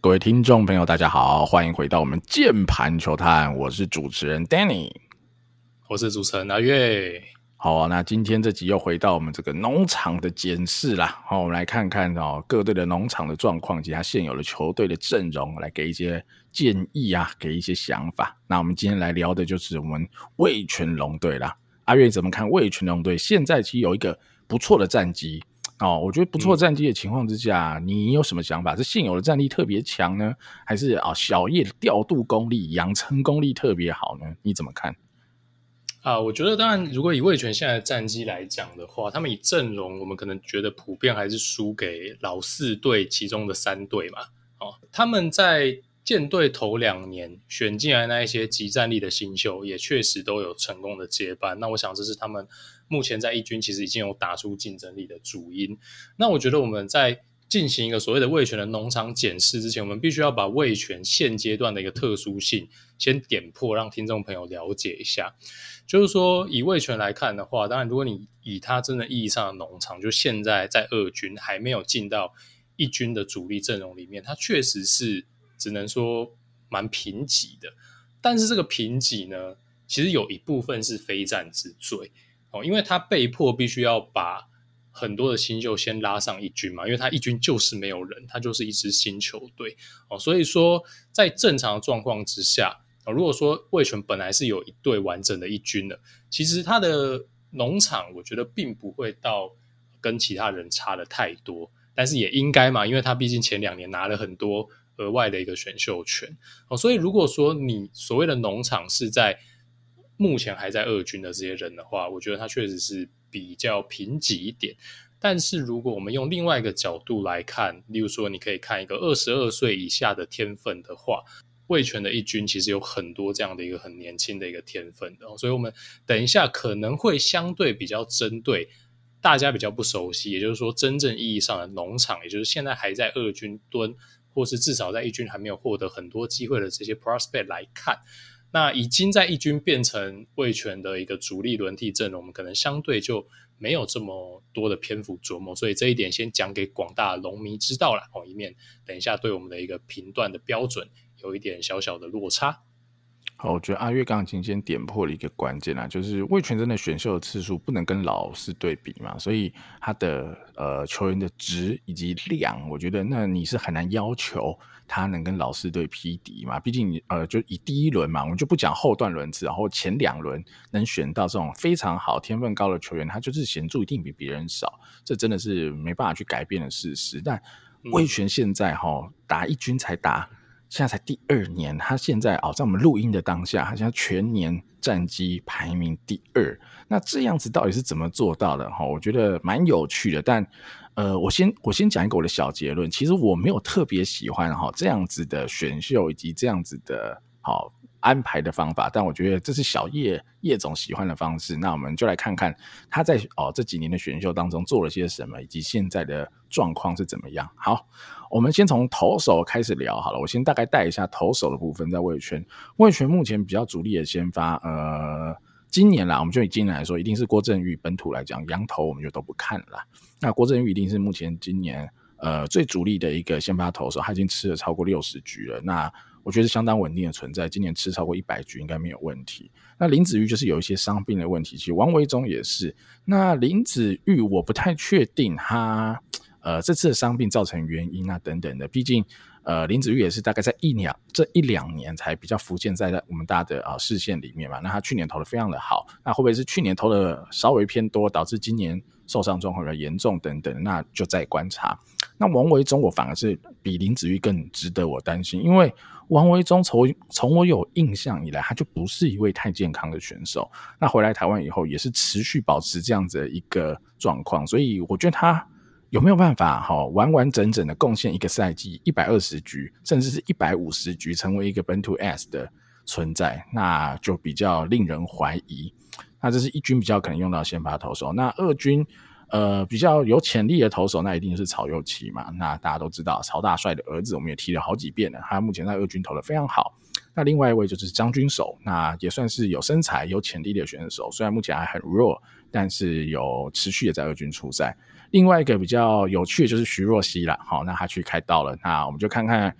各位听众朋友大家好，欢迎回到我们键盘球探，我是主持人 Danny， 我是主持人阿月。 好，那今天这集又回到我们这个农场的检视啦。好，我们来看看各队的农场的状况以及他现有的球队的阵容，来给一些建议啊，给一些想法。那我们今天来聊的就是我们味全龙队啦。阿月怎么看味全龙队现在其实有一个不错的战绩我觉得不错战绩的情况之下，你有什么想法？是现有的战力特别强呢，还是小叶的调度功力、养成功力特别好呢？你怎么看？ 我觉得当然，如果以味全现在的战绩来讲的话，他们以阵容，我们可能觉得普遍还是输给老四队其中的3队嘛。他们在建队头2年选进来那一些极战力的新秀，也确实都有成功的接班。那我想这是他们目前在一军其实已经有打出竞争力的主因。那我觉得我们在进行一个所谓的味全的农场检视之前，我们必须要把味全现阶段的一个特殊性先点破，让听众朋友了解一下。就是说以味全来看的话，当然如果你以它真的意义上的农场，就现在在2军还没有进到1军的主力阵容里面，它确实是只能说蛮贫瘠的。但是这个贫瘠呢，其实有一部分是非战之罪因为他被迫必须要把很多的新秀先拉上1军嘛，因为他1军就是没有人，他就是一支新球队所以说在正常的状况之下如果说味全本来是有一队完整的1军的，其实他的农场我觉得并不会到跟其他人差的太多，但是也应该嘛，因为他毕竟前2年拿了很多额外的一个选秀权所以如果说你所谓的农场是在目前还在2军的这些人的话，我觉得他确实是比较贫瘠一点。但是如果我们用另外一个角度来看，例如说你可以看一个22岁以下的天分的话，味全的1军其实有很多这样的一个很年轻的一个天分的所以我们等一下可能会相对比较针对大家比较不熟悉，也就是说真正意义上的农场，也就是现在还在2军蹲，或是至少在1军还没有获得很多机会的这些 prospect 来看，那已经在1军变成味全的一个主力轮替阵容，我们可能相对就没有这么多的篇幅琢磨，所以这一点先讲给广大的龙迷知道啦以免等一下对我们的一个评断的标准有一点小小的落差。 好，我觉得阿月刚刚先点破了一个关键就是味全真的选秀的次数不能跟老四对比嘛，所以他的球员的质以及量，我觉得那你是很难要求他能跟老四队匹敌嘛，毕竟就以第1轮嘛，我们就不讲后段轮次，然后前2轮能选到这种非常好天分高的球员，他就是显著一定比别人少，这真的是没办法去改变的事实。但味全现在打1军才打现在才第2年，他现在在我们录音的当下，他现在全年战绩排名第2。那这样子到底是怎么做到的？我觉得蛮有趣的。但我先讲一个我的小结论，其实我没有特别喜欢这样子的选秀以及这样子的安排的方法，但我觉得这是小叶总喜欢的方式。那我们就来看看他在这几年的选秀当中做了些什么，以及现在的状况是怎么样。好，我们先从投手开始聊好了。我先大概带一下投手的部分。在味全目前比较主力的先发今年啦，我们就以今年来说，一定是郭正宇。本土来讲，洋投我们就都不看了啦。那郭正宇一定是目前今年最主力的一个先发投手，他已经吃了超过60局了。那我觉得是相当稳定的存在，今年吃超过100局应该没有问题。那林子玉就是有一些伤病的问题，其实王维忠也是。那林子玉我不太确定他这次的伤病造成原因等等的，毕竟林子玉也是大概在这一两年才比较浮现在我们大家的视线里面嘛。那他去年投的非常的好，那会不会是去年投的稍微偏多，导致今年受伤状况比较严重等等，那就再观察。那王维忠我反而是比林子玉更值得我担心，因为王维忠从我有印象以来，他就不是一位太健康的选手。那回来台湾以后，也是持续保持这样子的一个状况，所以我觉得他有没有办法完完整整的贡献一个赛季120局，甚至是150局，成为一个本土 S 的存在，那就比较令人怀疑。那这是1军比较可能用到先发投手。那2军比较有潜力的投手，那一定是曹祐齐嘛。那大家都知道曹大帅的儿子，我们也提了好几遍了，他目前在2军投的非常好。那另外一位就是张君守，那也算是有身材有潜力的选手，虽然目前还很弱，但是有持续的在2军出赛。另外一个比较有趣的就是徐若曦啦，好，那他去开刀了，那我们就看看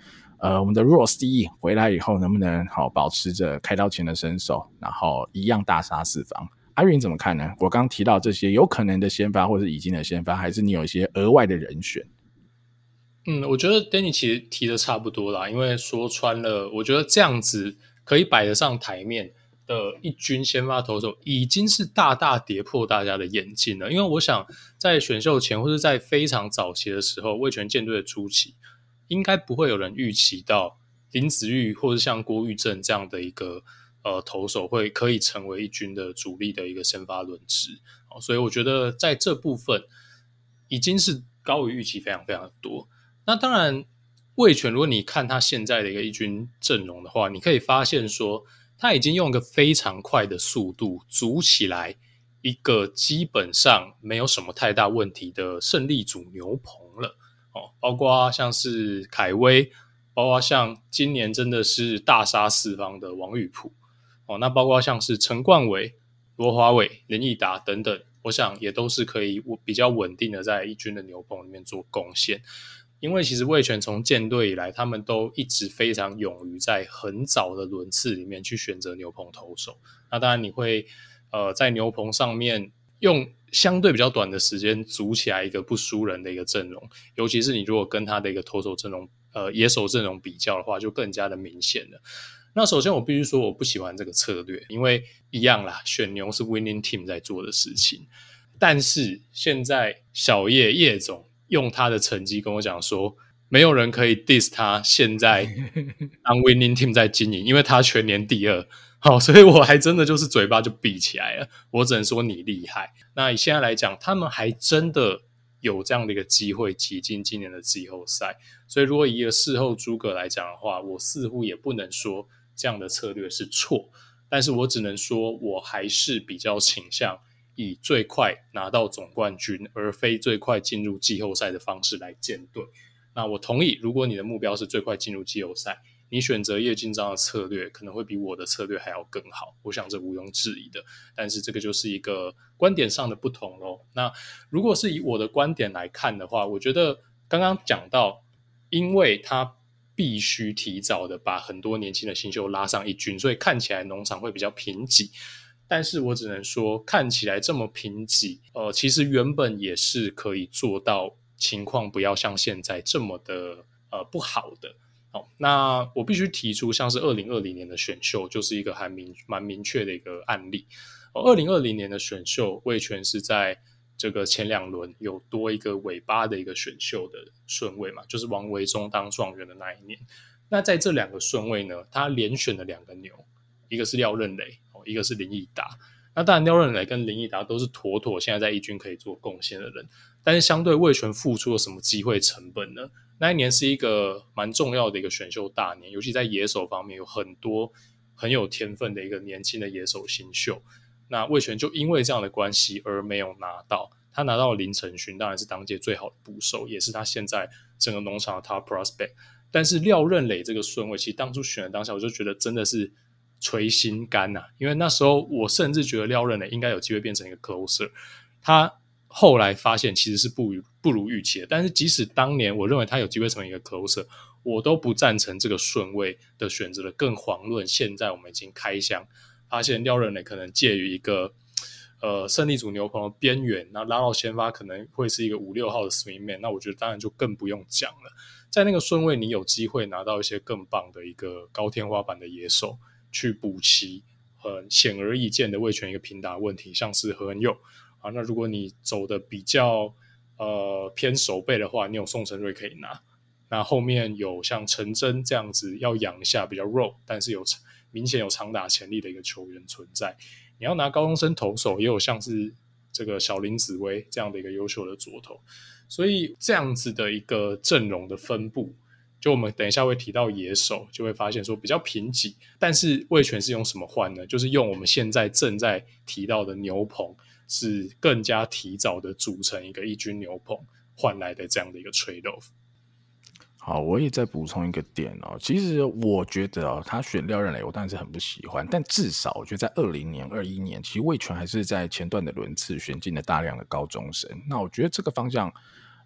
我们的 Ross 第一回来以后能不能好保持着开刀前的身手，然后一样大杀四方？阿云怎么看呢？我刚刚提到这些有可能的先发或是已经的先发，还是你有一些额外的人选？ 我觉得 Danny 其实提的差不多啦，因为说穿了，我觉得这样子可以摆得上台面的一军先发投手，已经是大大跌破大家的眼镜了。因为我想在选秀前或是在非常早期的时候，味全舰队的初期，应该不会有人预期到林子玉或是像郭玉正这样的一个投手会可以成为一军的主力的一个先发轮值。所以我觉得在这部分已经是高于预期非常非常的多。那当然，味全如果你看他现在的一个一军阵容的话，你可以发现说，他已经用一个非常快的速度组起来一个基本上没有什么太大问题的胜利组牛棚了。包括像是凯威，包括像今年真的是大杀四方的王宇普，那包括像是陈冠伟、罗华伟、林奕达等等，我想也都是可以比较稳定的在一军的牛棚里面做贡献。因为其实味全从建队以来，他们都一直非常勇于在很早的轮次里面去选择牛棚投手。那当然你会在牛棚上面用相对比较短的时间组起来一个不输人的一个阵容，尤其是你如果跟他的一个投手阵容野手阵容比较的话，就更加的明显了。那首先我必须说我不喜欢这个策略，因为一样啦，选牛是 winning team 在做的事情。但是现在小叶总用他的成绩跟我讲说，没有人可以 diss 他现在当 winning team 在经营，因为他全年第2。好，所以我还真的就是嘴巴就闭起来了，我只能说你厉害。那以现在来讲，他们还真的有这样的一个机会挤进今年的季后赛，所以如果以一个事后诸葛来讲的话，我似乎也不能说这样的策略是错，但是我只能说我还是比较倾向以最快拿到总冠军而非最快进入季后赛的方式来建队。那我同意，如果你的目标是最快进入季后赛，你选择叶金章的策略可能会比我的策略还要更好，我想这毋庸置疑的。但是这个就是一个观点上的不同咯。那如果是以我的观点来看的话，我觉得刚刚讲到，因为他必须提早的把很多年轻的新秀拉上一军，所以看起来农场会比较贫瘠。但是我只能说，看起来这么贫瘠，其实原本也是可以做到情况不要像现在这么的不好的。好，那我必须提出，像是2020年的选秀就是一个还蛮明确的一个案例。2020年的选秀，味全是在这个前2轮有多一个尾巴的一个选秀的顺位嘛，就是王维忠当状元的那一年。那在这2个顺位呢，他连选了2个牛，一个是廖任磊，一个是林奕达。那当然廖任磊跟林奕达都是妥妥现在在一军可以做贡献的人，但是相对味全付出了什么机会成本呢？那一年是一个蛮重要的一个选秀大年，尤其在野手方面有很多很有天分的一个年轻的野手新秀。那味全就因为这样的关系而没有拿到，他拿到了林承勋，当然是当届最好的捕手，也是他现在整个农场的 top prospect。但是廖任磊这个顺位，其实当初选的当下我就觉得真的是捶心肝啊，因为那时候我甚至觉得廖任磊应该有机会变成一个 closer， 他后来发现其实是不如预期的。但是即使当年我认为他有机会成为一个 closer， 我都不赞成这个顺位的选择了，更遑论现在我们已经开箱发现廖任磊可能介于一个胜利组牛棚的边缘，然后拉到先发可能会是一个5-6号的 swing man， 那我觉得当然就更不用讲了。在那个顺位你有机会拿到一些更棒的一个高天花板的野手去补齐很显而易见的味全一个平打问题，像是何恩佑啊，那如果你走的比较偏守备的话，你有宋承瑞可以拿，那后面有像陈真这样子要养一下比较肉但是明显有长打潜力的一个球员存在。你要拿高中生投手，也有像是这个小林子威这样的一个优秀的左投，所以这样子的一个阵容的分布，就我们等一下会提到野手，就会发现说比较贫瘠。但是味全是用什么换呢？就是用我们现在正在提到的牛棚，是更加提早的组成一个一军牛棚换来的这样的一个 trade off。 好，我也再补充一个点哦。其实我觉得哦，他选廖任磊，我当然是很不喜欢，但至少我觉得在20年、21年，其实味全还是在前段的轮次选进了大量的高中生。那我觉得这个方向，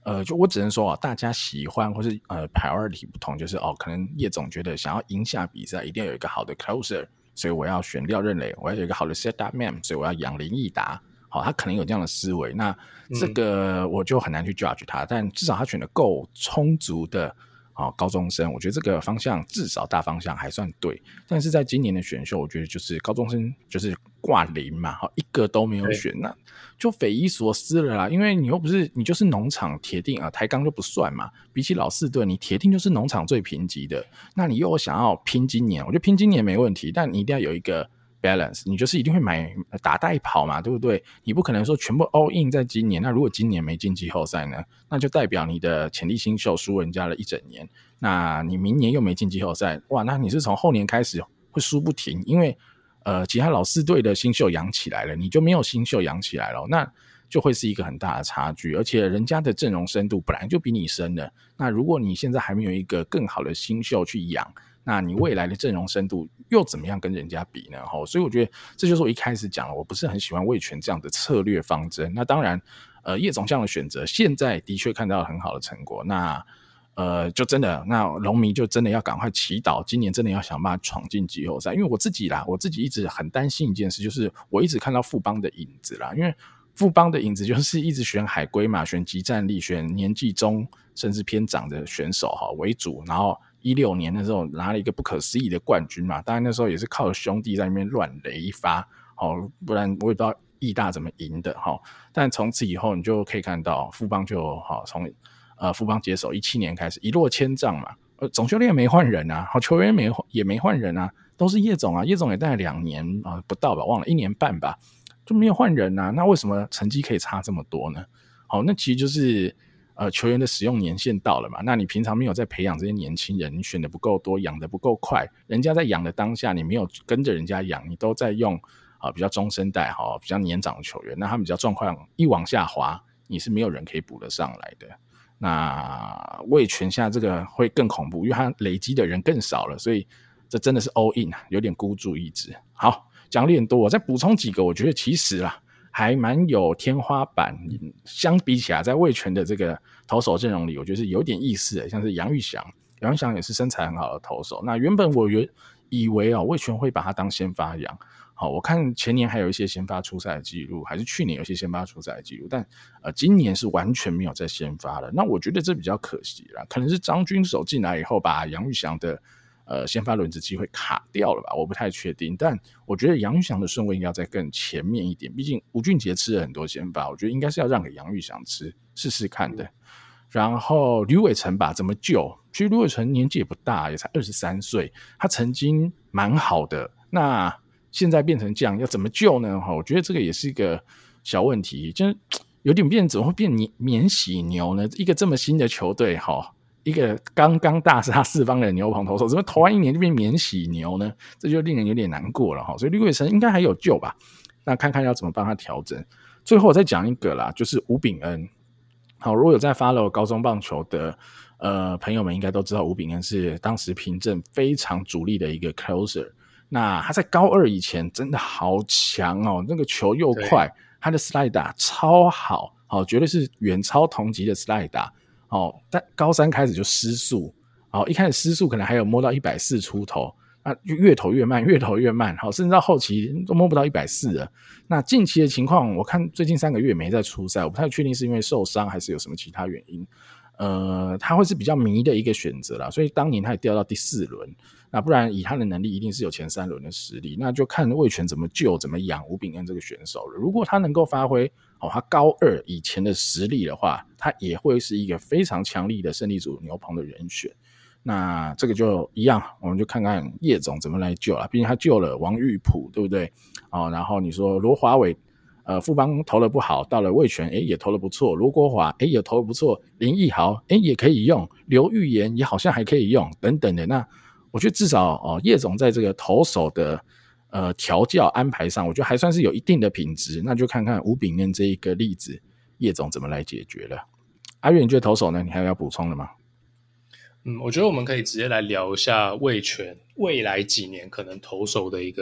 就我只能说大家喜欢或是priority 不同，就是可能叶总觉得想要赢下比赛，一定要有一个好的 closer， 所以我要选廖任磊，我要有一个好的 setup man， 所以我要养林奕达。好，他可能有这样的思维，那这个我就很难去 judge 他，但至少他选的够充足的高中生，我觉得这个方向至少大方向还算对。但是在今年的选秀，我觉得就是高中生就是挂零嘛，一个都没有选，那就匪夷所思了啦。因为你又不是你就是农场铁定台钢就不算嘛，比起老四队，你铁定就是农场最评级的。那你又想要拼今年，我觉得拼今年没问题，但你一定要有一个balance， 你就是一定会买打带跑嘛，对不对？你不可能说全部 all in 在今年，那如果今年没进季后赛呢，那就代表你的潜力新秀输人家了一整年，那你明年又没进季后赛，哇，那你是从后年开始会输不停，因为其他老四队的新秀养起来了，你就没有新秀养起来了，那就会是一个很大的差距，而且人家的阵容深度本来就比你深了，那如果你现在还没有一个更好的新秀去养，那你未来的阵容深度又怎么样跟人家比呢？所以我觉得这就是我一开始讲了，我不是很喜欢味全这样的策略方针。那当然，叶总这样的选择，现在的确看到很好的成果。那就真的，那龙迷就真的要赶快祈祷，今年真的要想办法闯进季后赛。因为我自己一直很担心一件事，就是我一直看到富邦的影子啦，因为富邦的影子就是一直选海归嘛，选即战力，选年纪中甚至偏长的选手为主，然后16年的时候拿了一个不可思议的冠军嘛，当然那时候也是靠兄弟在那边乱雷一发，不然我也不知道义大怎么赢的，但从此以后你就可以看到富邦就从富邦接手17年开始一落千丈嘛，总教练没换人啊，球员也没换人啊，都是叶总啊，叶总也带了2年不到吧，忘了1年半吧，就没有换人啊，那为什么成绩可以差这么多呢？那其实就是球员的使用年限到了嘛，那你平常没有在培养这些年轻人，你选的不够多，养的不够快，人家在养的当下你没有跟着人家养，你都在用比较中生代比较年长的球员，那他们比较状况一往下滑，你是没有人可以补得上来的。那味全下这个会更恐怖，因为他累积的人更少了，所以这真的是 all in 有点孤注一掷。好，讲了点多，我再补充几个，我觉得其实啦还蛮有天花板，相比起来在味全的这个投手阵容里，我觉得是有点意思的，像是杨玉祥也是身材很好的投手，那原本我以为味全会把他当先发养，我看前年还有一些先发出赛的记录，还是去年有一些先发出赛的记录，但今年是完全没有再先发了，那我觉得这比较可惜啦，可能是张军守进来以后把杨玉祥的先发轮值机会卡掉了吧，我不太确定，但我觉得杨玉祥的顺位应该要再更前面一点，毕竟吴俊杰吃了很多先发，我觉得应该是要让给杨玉祥吃试试看的。然后吕伟成吧，怎么救？其实吕伟成年纪也不大，也才23岁，他曾经蛮好的，那现在变成这样，要怎么救呢？我觉得这个也是一个小问题，就是有点变，怎么会变免洗牛呢？一个这么新的球队，一个刚刚大杀四方的牛棚投手，怎么投完1年就变免洗牛呢？这就令人有点难过了，所以吕伟成应该还有救吧？那看看要怎么帮他调整。最后我再讲一个啦，就是吴秉恩。好，如果有在 follow 高中棒球的朋友们应该都知道，吴秉恩是当时平镇非常主力的一个 closer。那他在高2以前真的好强哦，那个球又快，他的 slide 打超好，绝对是远超同级的 slide 打。但高3开始就失速，一开始失速可能还有摸到140出头，那就越投越慢，甚至到后期都摸不到140了。那近期的情况，我看最近3个月没在出赛，我不太确定是因为受伤还是有什么其他原因。他会是比较迷的一个选择啦，所以当年他也掉到第4轮，那不然以他的能力一定是有前3轮的实力，那就看味全怎么救怎么养吴秉恩这个选手了。如果他能够发挥他高2以前的实力的话，他也会是一个非常强力的胜利组牛棚的人选。那这个就一样，我们就看看叶总怎么来救啦，毕竟他救了王玉普，对不对？然后你说罗华伟富邦投得不好，到了味全也投得不错，罗国华也投得不错，林奕豪也可以用，刘玉言也好像还可以用等等的。那我觉得至少叶总在这个投手的调教安排上，我觉得还算是有一定的品质。那就看看吴秉恩这一个例子，叶总怎么来解决了。阿月，你觉得投手呢？你还有要补充的吗？ 我觉得我们可以直接来聊一下味全未来几年可能投手的一个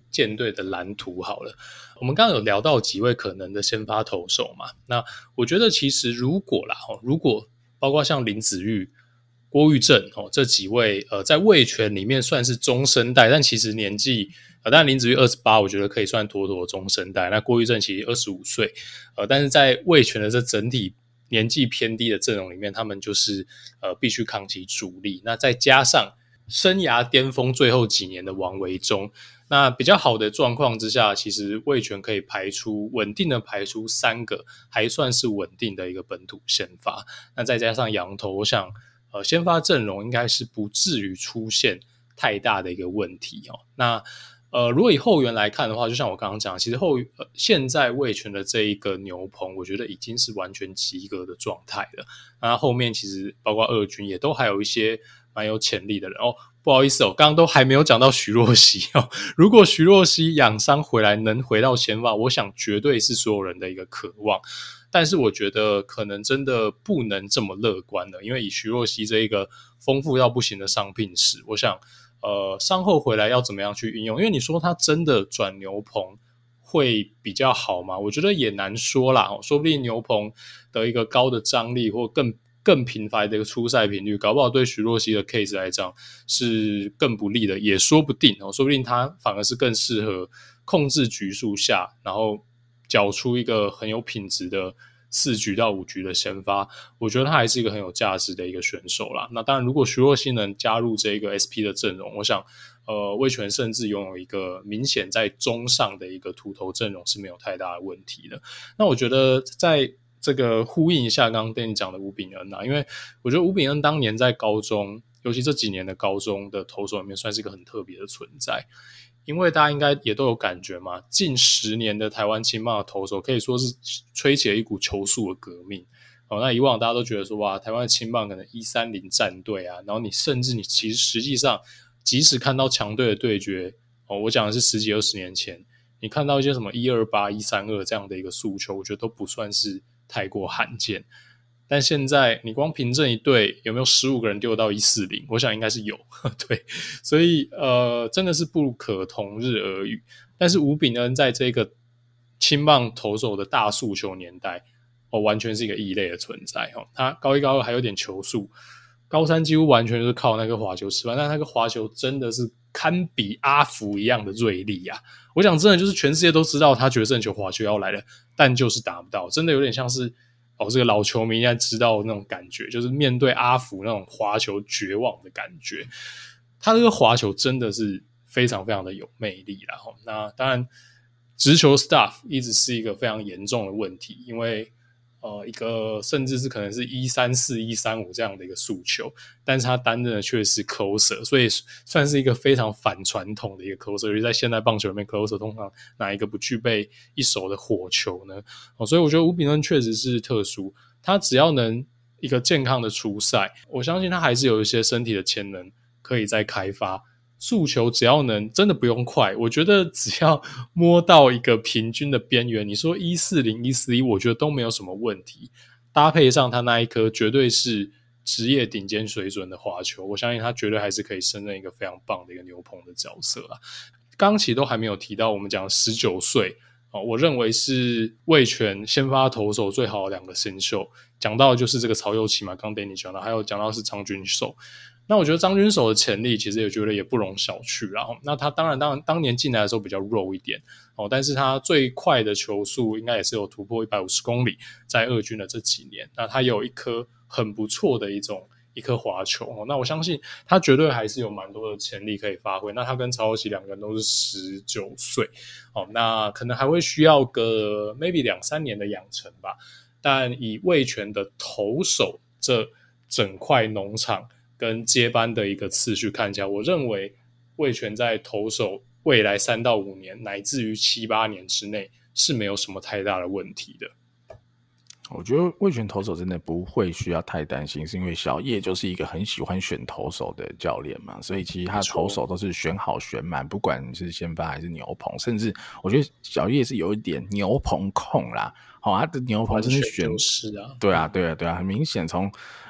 舰队的蓝图好了。我们刚刚有聊到几位可能的先发投手嘛，那我觉得其实如果包括像林子玉、郭玉正这几位在味全里面算是中生代，但其实年纪当然林子玉28，我觉得可以算妥妥的中生代。那郭玉正其实25岁，但是在味全的这整体年纪偏低的阵容里面，他们就是必须扛起主力。那再加上生涯巅峰最后几年的王维忠，那比较好的状况之下，其实味全可以稳定的排出3个还算是稳定的一个本土先发。那再加上洋投，我想先发阵容应该是不至于出现太大的一个问题那如果以后援来看的话，就像我刚刚讲，其实现在味全的这一个牛棚，我觉得已经是完全及格的状态了。那后面其实包括二军也都还有一些蛮有潜力的人不好意思刚刚都还没有讲到徐若曦如果徐若曦养伤回来能回到先发，我想绝对是所有人的一个渴望。但是我觉得可能真的不能这么乐观了，因为以徐若曦这一个丰富到不行的伤病史，我想伤后回来要怎么样去运用？因为你说他真的转牛棚会比较好吗？我觉得也难说啦说不定牛棚的一个高的张力或更频繁的一个出赛频率，搞不好对徐若曦的 case 来讲是更不利的，也说不定说不定他反而是更适合控制局数下，然后缴出一个很有品质的4局到5局的先发，我觉得他还是一个很有价值的一个选手啦。那当然如果徐若曦能加入这个 SP 的阵容，我想味全甚至拥有一个明显在中上的一个土投阵容是没有太大的问题的。那我觉得在这个呼应一下刚刚 Danny 讲的吴秉恩因为我觉得吴秉恩当年在高中，尤其这几年的高中的投手里面算是一个很特别的存在。因为大家应该也都有感觉嘛，近10年的台湾青棒的投手可以说是吹起了一股球速的革命那以往大家都觉得说哇，台湾的青棒可能130战队然后你甚至其实实际上即使看到强队的对决我讲的是10几20年前，你看到一些什么128、132这样的一个速球，我觉得都不算是太过罕见。但现在你光凭这一队有没有15个人丢到140？我想应该是有对，所以真的是不可同日而语。但是吴秉恩在这个青棒投手的大速球年代完全是一个异类的存在他高1高2还有点球速，高3几乎完全就是靠那个滑球吃饭，但那个滑球真的是堪比阿福一样的锐利我想真的就是全世界都知道他决胜球滑球要来了，但就是打不到，真的有点像是这个老球迷应该知道那种感觉，就是面对阿福那种滑球绝望的感觉。他这个滑球真的是非常非常的有魅力啦那当然直球 stuff 一直是一个非常严重的问题，因为一个甚至是可能是134、135这样的一个速球，但是他担任的却是 closer， 所以算是一个非常反传统的一个 closer。尤其在现代棒球里面 closer 通常哪一个不具备一手的火球呢所以我觉得吴秉恩确实是特殊，他只要能一个健康的出赛，我相信他还是有一些身体的潜能可以再开发。速球只要能真的不用快，我觉得只要摸到一个平均的边缘，你说140、141我觉得都没有什么问题，搭配上他那一颗绝对是职业顶尖水准的滑球，我相信他绝对还是可以胜任一个非常棒的一个牛棚的角色刚其实都还没有提到我们讲19岁我认为是味全先发投手最好的2个新秀，讲到就是这个曹祐齐嘛，刚 Danny 讲到，还有讲到是张军寿。那我觉得张军守的潜力其实也觉得也不容小觑啦那他当然当年进来的时候比较肉一点但是他最快的球速应该也是有突破150公里，在二军的这几年，那他有一颗很不错的一颗滑球那我相信他绝对还是有蛮多的潜力可以发挥。那他跟曹祐齐2个人都是19岁那可能还会需要个 maybe 2-3年的养成吧，但以味全的投手这整块农场跟接班的一个次序看起来，我认为味全在投手未来3到5年乃至于7、8年之内是没有什么太大的问题的。 我觉得味全投手真的不会需要太担心，是因为小叶就是一个很喜欢选投手的教练嘛，所以其实他的投手都是选好选满，不管是先发还是牛棚，甚至我觉得小叶是有一点牛棚控啦他的牛棚真是选就是对啊，很明显从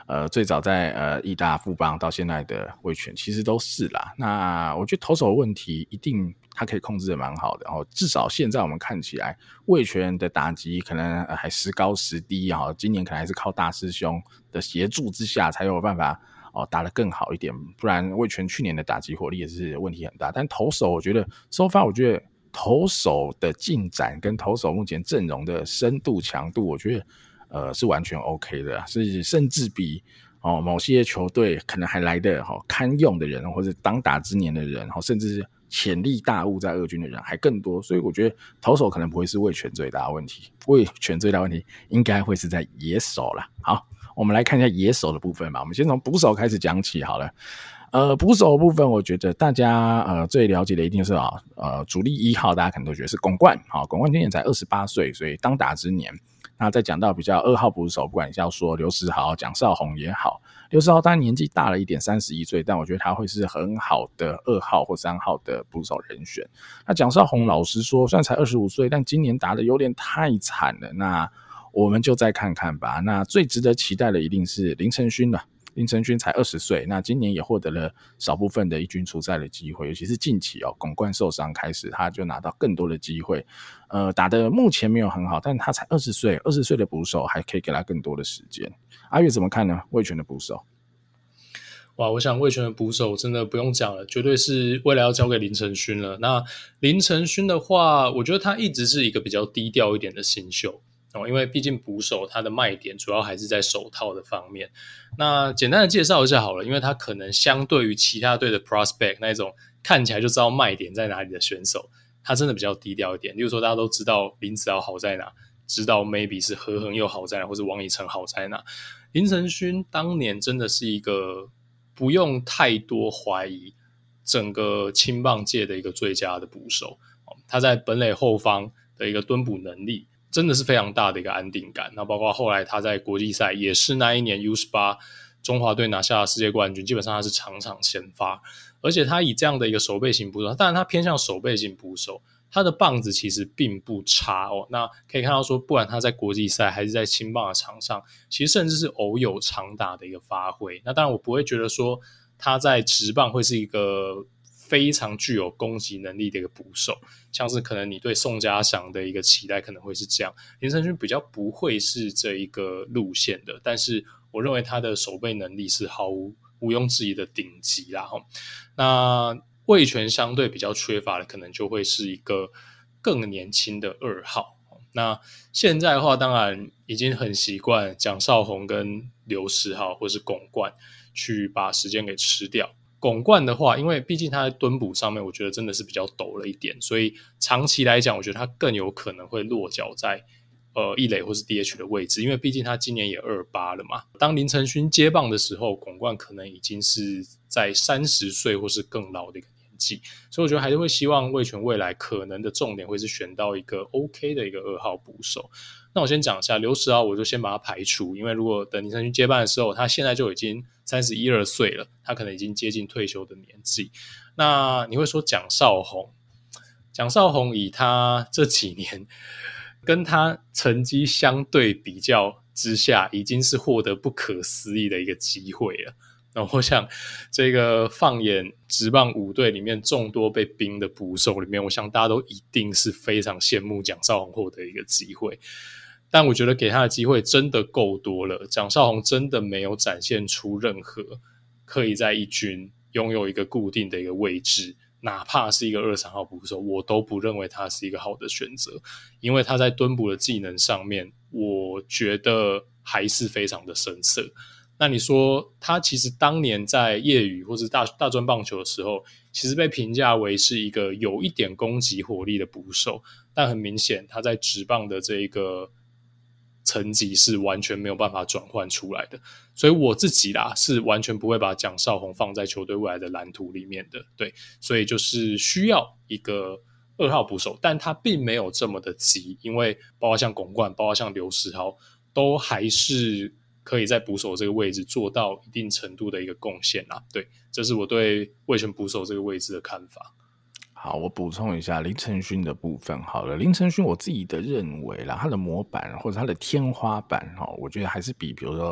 最早在义大富邦到现在的味全，其实都是啦。那我觉得投手的问题一定他可以控制的蛮好的，然后至少现在我们看起来味全的打击可能还时高时低，今年可能还是靠大师兄的协助之下才有办法打得更好一点，不然味全去年的打击火力也是问题很大。但投手我觉得so far，我觉得投手的进展跟投手目前阵容的深度强度，我觉得是完全 OK 的，是甚至比某些球队可能还来得堪用的人，或者当打之年的人，甚至是潜力大物在二军的人还更多，所以我觉得投手可能不会是味全最大的问题，味全最大的问题应该会是在野手啦。好，我们来看一下野手的部分吧，我们先从捕手开始讲起好了。捕手的部分，我觉得大家最了解的一定是主力1号，大家可能都觉得是巩冠，巩冠今年才28岁，所以当打之年。那再讲到比较2号捕手，不管你是要说刘时豪、蒋少宏也好，刘时豪当然年纪大了一点，31岁，但我觉得他会是很好的2号或3号的捕手人选。那蒋少宏老实说，虽然才25岁，但今年打得有点太惨了，那我们就再看看吧。那最值得期待的一定是林承勋了。林承勋才20岁，那今年也获得了少部分的一军出赛的机会，尤其是近期巩冠受伤开始，他就拿到更多的机会。打的目前没有很好，但他才20岁，20岁的捕手还可以给他更多的时间。阿月怎么看呢？味全的捕手， 哇，我想味全的捕手真的不用讲了，绝对是未来要交给林承勋了。那林承勋的话，我觉得他一直是一个比较低调一点的新秀。因为毕竟捕手他的卖点主要还是在手套的方面。那简单的介绍一下好了，因为他可能相对于其他队的 prospect 那种看起来就知道卖点在哪里的选手，他真的比较低调一点。例如说大家都知道林子豪好在哪，知道 maybe 是何恒佑好在哪，或是王以诚好在哪。林承勋当年真的是一个不用太多怀疑整个青棒界的一个最佳的捕手，他在本垒后方的一个蹲捕能力真的是非常大的一个安定感。那包括后来他在国际赛也是那一年 U18 中华队拿下世界冠军，基本上他是场场先发，而且他以这样的一个守备型捕手，当然他偏向守备型捕手，他的棒子其实并不差那可以看到说，不管他在国际赛还是在青棒的场上，其实甚至是偶有长打的一个发挥。那当然我不会觉得说他在职棒会是一个非常具有攻击能力的一个捕手，像是可能你对宋家祥的一个期待可能会是这样，林承勋比较不会是这一个路线的，但是我认为他的守备能力是毋庸置疑的顶级啦。那味全相对比较缺乏的可能就会是一个更年轻的2号。那现在的话当然已经很习惯蒋少宏跟刘时豪或是巩冠去把时间给吃掉。巩冠的话，因为毕竟他在蹲捕上面我觉得真的是比较陡了一点，所以长期来讲我觉得他更有可能会落脚在一垒或是 DH 的位置，因为毕竟他今年也28了嘛。当林承勋接棒的时候，巩冠可能已经是在30岁或是更老的一个年纪，所以我觉得还是会希望味全未来可能的重点会是选到一个 OK 的一个2号捕手。那我先讲一下刘时豪，我就先把他排除，因为如果等林承勋接班的时候，他现在就已经31、2岁了，他可能已经接近退休的年纪。那你会说蒋少宏以他这几年跟他成绩相对比较之下，已经是获得不可思议的一个机会了。那我想这个放眼职棒5队里面众多被冰的捕手里面，我想大家都一定是非常羡慕蒋少宏获得一个机会，但我觉得给他的机会真的够多了。蒋少宏真的没有展现出任何可以在一军拥有一个固定的一个位置，哪怕是一个2、3号捕手，我都不认为他是一个好的选择，因为他在蹲捕的技能上面我觉得还是非常的生涩。那你说他其实当年在业余或是大专棒球的时候，其实被评价为是一个有一点攻击火力的捕手，但很明显他在职棒的这一个层级是完全没有办法转换出来的，所以我自己啦是完全不会把蒋少宏放在球队未来的蓝图里面的。对，所以就是需要一个2号捕手，但他并没有这么的急，因为包括像巩冠，包括像刘时豪，都还是可以在捕手这个位置做到一定程度的一个贡献啦。对，这是我对味全捕手这个位置的看法。 好，我补充一下林承勋的部分好了。林承勋我自己的认为啦，他的模板或者他的天花板我觉得还是比如说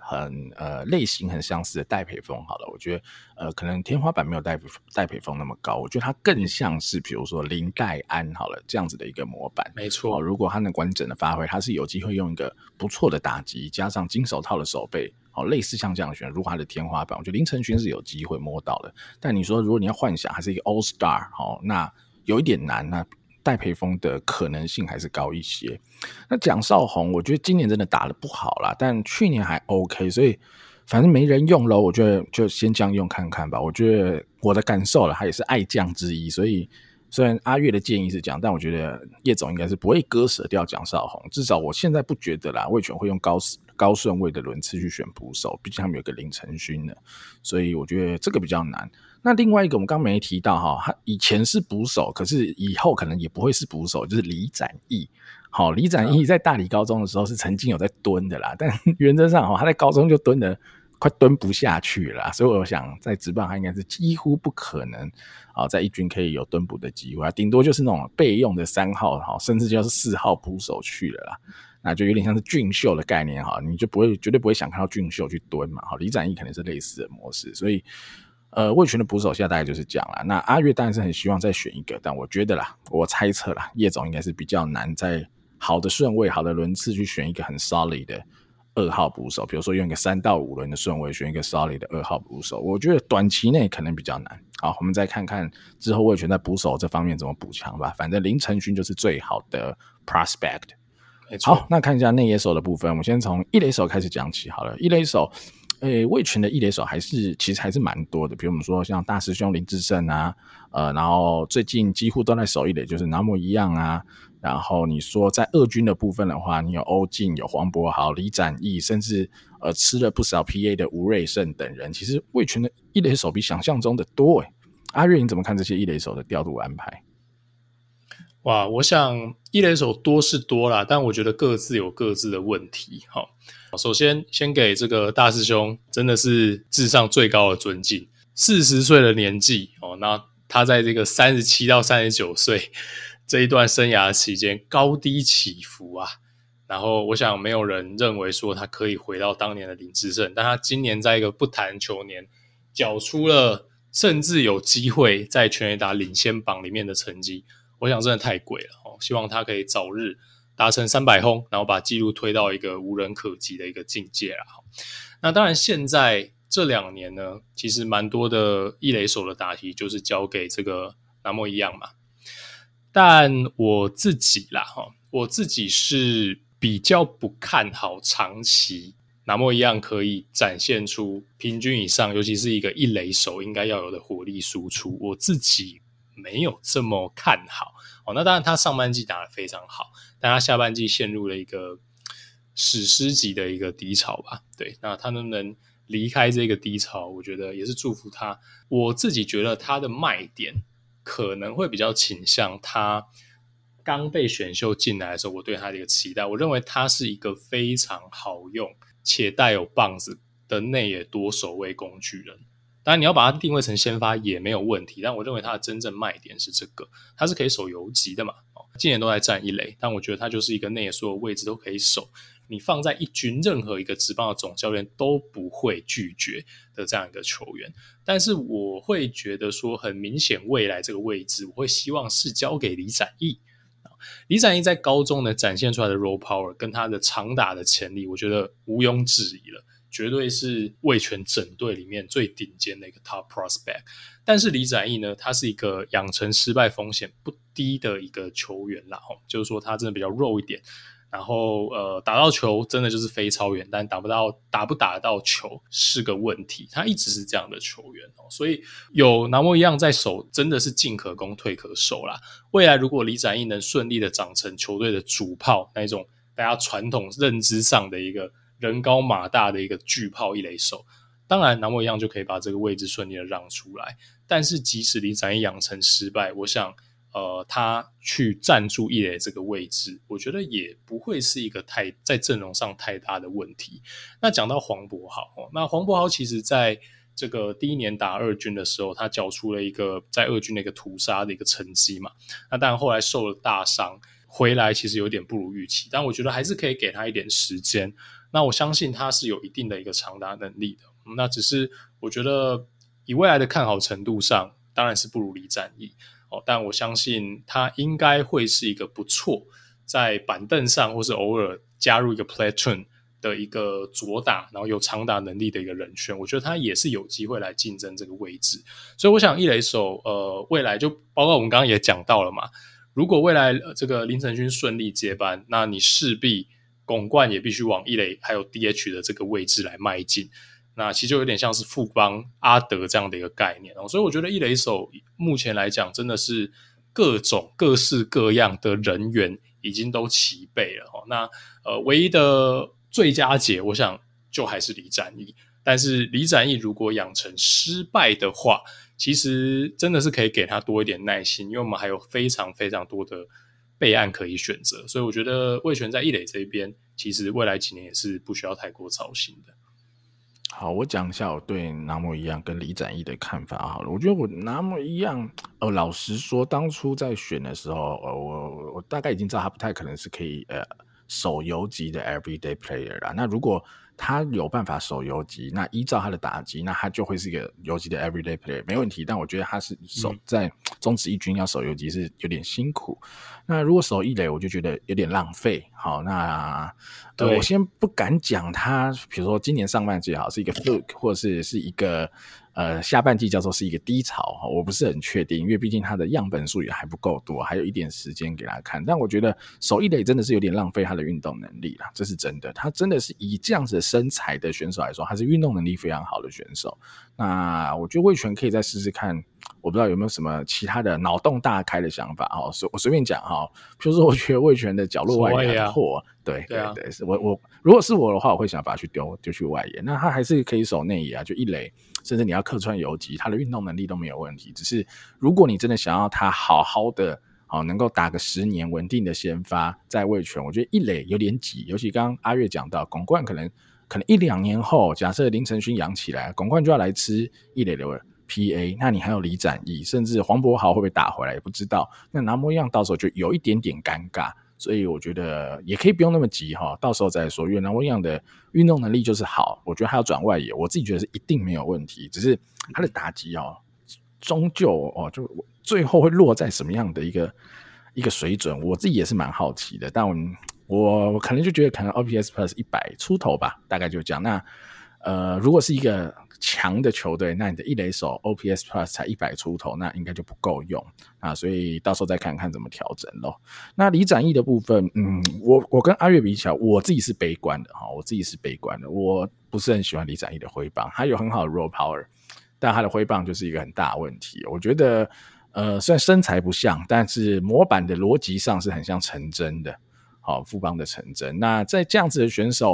类型很相似的戴培峰好了，我觉得可能天花板没有戴培峰那么高，我觉得它更像是比如说林岱安好了这样子的一个模板。 没错， 如果他能完整的发挥，他是有机会用一个不错的打击加上金手套的手背，类似像这样的选手，如果他的天花板，我觉得林承勋是有机会摸到的。但你说如果你要幻想还是一个 All Star，那有一点难，那戴培峰的可能性还是高一些。那蒋少红，我觉得今年真的打得不好啦，但去年还 OK， 所以反正没人用咯，我觉得就先这样用看看吧。我觉得我的感受啦，他也是爱将之一，所以虽然阿月的建议是这样，但我觉得叶总应该是不会割舍掉蒋少红，至少我现在不觉得啦，味全会用高顺位的轮次去选捕手，毕竟他们有个林承勋的，所以我觉得这个比较难。那另外一个我们刚刚没提到他以前是捕手，可是以后可能也不会是捕手，就是李展毅。李展毅在大理高中的时候是曾经有在蹲的啦，但原则上他在高中就蹲的快蹲不下去了啦，所以我想在职棒他应该是几乎不可能在一军可以有蹲捕的机会，顶多就是那种备用的3号甚至就是4号捕手去了啦，那就有点像是俊秀的概念你就绝对不会想看到俊秀去蹲嘛。李展毅可能是类似的模式，所以味全的捕手现在大概就是这样啦。那阿月当然是很希望再选一个，但我觉得啦，我猜测啦，叶总应该是比较难在好的顺位、好的轮次去选一个很 solid 的2号捕手，比如说用一个3到5轮的顺位选一个 solid 的2号捕手，我觉得短期内可能比较难。好，我们再看看之后味全在捕手这方面怎么补强吧。反正林承勋就是最好的 prospect。好，那看一下内野手的部分，我们先从一垒手开始讲起好了。一垒手味全的一垒手其实还是蛮多的，比如我们说像大师兄林智胜啊，然后最近几乎都在守一垒，就是南模一样啊。然后你说在二军的部分的话，你有欧进、有黄柏豪、李展毅，甚至吃了不少 PA 的吴瑞胜等人，其实味全的一垒手比想象中的多阿月你怎么看这些一垒手的调度安排？ 哇，我想一垒手多是多啦，但我觉得各自有各自的问题。首先给这个大师兄真的是致上最高的尊敬，40岁的年纪那他在这个37到39岁这一段生涯期间高低起伏啊，然后我想没有人认为说他可以回到当年的林智胜，但他今年在一个不谈球年缴出了甚至有机会在全垒打领先榜里面的成绩，我想真的太贵了希望他可以早日达成300轰，然后把纪录推到一个无人可及的一个境界啦。那当然现在这2年呢，其实蛮多的一垒手的打题就是交给这个南模一样嘛，但我自己是比较不看好长期南模一样可以展现出平均以上，尤其是一个一垒手应该要有的火力输出，我自己没有这么看好那当然他上半季打得非常好，但他下半季陷入了一个史诗级的一个低潮吧。对，那他能不能离开这个低潮，我觉得也是祝福他。我自己觉得他的卖点可能会比较倾向他刚被选秀进来的时候，我对他的一个期待，我认为他是一个非常好用且带有棒子的内野多守卫工具人。当然你要把它定位成先发也没有问题，但我认为它的真正卖点是这个，它是可以守游击的嘛今年都在站一垒，但我觉得它就是一个内野所有位置都可以守，你放在一军任何一个职棒的总教练都不会拒绝的这样一个球员。但是我会觉得说很明显未来这个位置我会希望是交给李展毅。李展毅在高中呢展现出来的 raw power 跟他的长打的潜力，我觉得毋庸置疑了，绝对是味全整队里面最顶尖的一个 top prospect。 但是李展毅呢，他是一个养成失败风险不低的一个球员啦，就是说他真的比较肉一点，然后打到球真的就是飞超远，但打不打得到球是个问题，他一直是这样的球员所以有南模一样在守真的是进可攻退可守啦。未来如果李展毅能顺利的长成球队的主炮，那种大家传统认知上的一个人高马大的一个巨炮一垒手，当然南模一样就可以把这个位置顺利的让出来。但是即使李展毅养成失败，我想他去站住一垒这个位置，我觉得也不会是一个在阵容上太大的问题。那讲到黄柏豪那黄柏豪其实在这个第一年打二军的时候，他缴出了一个在二军的一个屠杀的一个成绩嘛，那当然后来受了大伤回来其实有点不如预期，但我觉得还是可以给他一点时间， 那我相信他是有一定的一个长打能力的。那只是我觉得以未来的看好程度上，当然是不如李展毅但我相信他应该会是一个不错在板凳上或是偶尔加入一个 platoon 的一个左打，然后有长打能力的一个人选，我觉得他也是有机会来竞争这个位置。所以我想一垒手未来就包括我们刚刚也讲到了嘛，如果未来这个林承勋顺利接班，那你势必巩冠也必须往一垒还有 DH 的这个位置来迈进。那其实就有点像是富邦阿德这样的一个概念所以我觉得一垒手目前来讲真的是各种各式各样的人员已经都齐备了那唯一的最佳解我想就还是李展毅，但是李展毅如果养成失败的话，其实真的是可以给他多一点耐心，因为我们还有非常非常多的备案可以选择，所以我觉得味全在一垒这一边其实未来几年也是不需要太过操心的。 好，我讲一下我对拿莫一样跟李展毅的看法好了。我觉得我拿莫一样，老实说，当初在选的时候，我大概已经知道他不太可能是可以守游击的 everyday player 啦。那如果他有办法守游击，那依照他的打击，那他就会是一个游击的 everyday player， 没问题。但我觉得他是守在中职一军要守游击是有点辛苦。那如果守一垒，我就觉得有点浪费。好，那我先不敢讲他，比如说今年上半季好是一个 fluke， 或者是一个下半季叫做是一个低潮，我不是很确定，因为毕竟他的样本数也还不够多，还有一点时间给他看。但我觉得守一垒真的是有点浪费他的运动能力啦，这是真的。他真的是以这样子的身材的选手来说，他是运动能力非常好的选手。那我觉得味全可以再试试看，我不知道有没有什么其他的脑洞大开的想法我随便讲比如说我觉得味全的角落外野很破，对，我如果是我的话，我会想把它丢去外野。那他还是可以守内野就一垒，甚至你要客串游击，他的运动能力都没有问题。只是如果你真的想要他好好的能够打个10年稳定的先发，在味全，我觉得一垒有点挤，尤其刚刚阿月讲到巩冠可能1-2年后，假设林承勋养起来，巩冠就要来吃一垒的 PA， 那你还有李展毅，甚至黄柏豪会不会打回来也不知道。那拿模样到时候就有一点点尴尬，所以我觉得也可以不用那么急到时候再说。因为拿模样的运动能力就是好，我觉得他要转外野，我自己觉得是一定没有问题，只是他的打击终究就最后会落在什么样的一个水准，我自己也是蛮好奇的。但我可能就觉得可能 OPS Plus 100出头吧，大概就这样。那如果是一个强的球队，那你的一垒手 OPS Plus 才100出头，那应该就不够用所以到时候再看看怎么调整咯。那李展毅的部分，我跟阿月比起来，我自己是悲观的我不是很喜欢李展毅的挥棒，他有很好的 raw power， 但他的挥棒就是一个很大的问题。我觉得虽然身材不像，但是模板的逻辑上是很像陈真的富邦的陈真。那在这样子的选手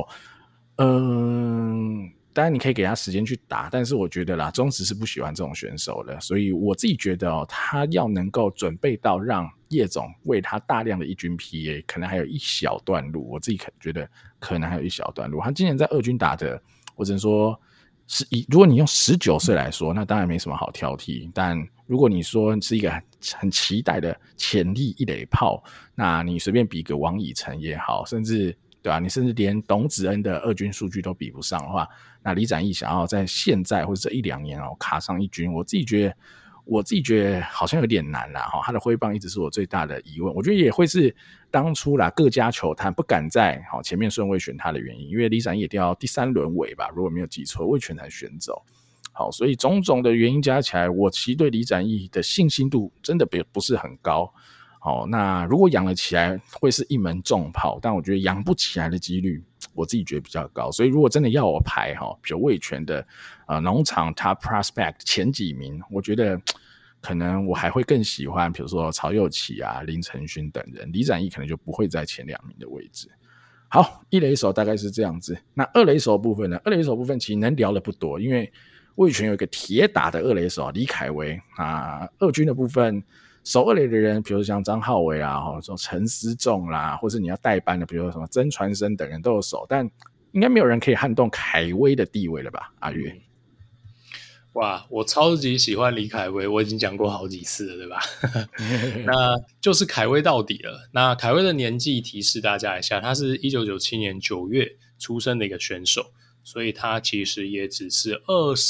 当然你可以给他时间去打，但是我觉得啦，中职是不喜欢这种选手的，所以我自己觉得他要能够准备到让叶总为他大量的一军 PA， 可能还有一小段路，我自己觉得可能还有一小段路。他今年在二军打的，我只能说如果你用19岁来说，那当然没什么好挑剔，但如果你说是一个很期待的潜力一垒炮，那你随便比个王以诚也好，甚至对吧？你甚至连董子恩的二军数据都比不上的话，那李展毅想要在现在或者这1-2年卡上一军，我自己觉得好像有点难啦他的挥棒一直是我最大的疑问，我觉得也会是当初啦各家球探不敢在前面顺位选他的原因，因为李展毅也掉到第3轮尾吧，如果没有记错，味全才选走。好，所以种种的原因加起来，我其实对李展毅的信心度真的不是很高。那如果养了起来会是一门重炮，但我觉得养不起来的几率我自己觉得比较高，所以如果真的要我排比如味全的农场 Top Prospect 前几名，我觉得可能我还会更喜欢比如说曹祐齐林承勋等人，李展毅可能就不会在前2名的位置。好，一垒手大概是这样子。那二垒手部分呢？二垒手部分其实能聊的不多，因为味全有一个铁打的二垒手李凯威二军的部分守二垒的人，比如像张浩伟陈思仲啦，或是你要代班的，比如说什么曾传生等人都有守，但应该没有人可以撼动凯威的地位了吧？阿月， 哇，我超级喜欢李凯威，我已经讲过好几次了，对吧？那就是凯威到底了。那凯威的年纪提示大家一下，他是1997年9月出身的一个选手，所以他其实也只是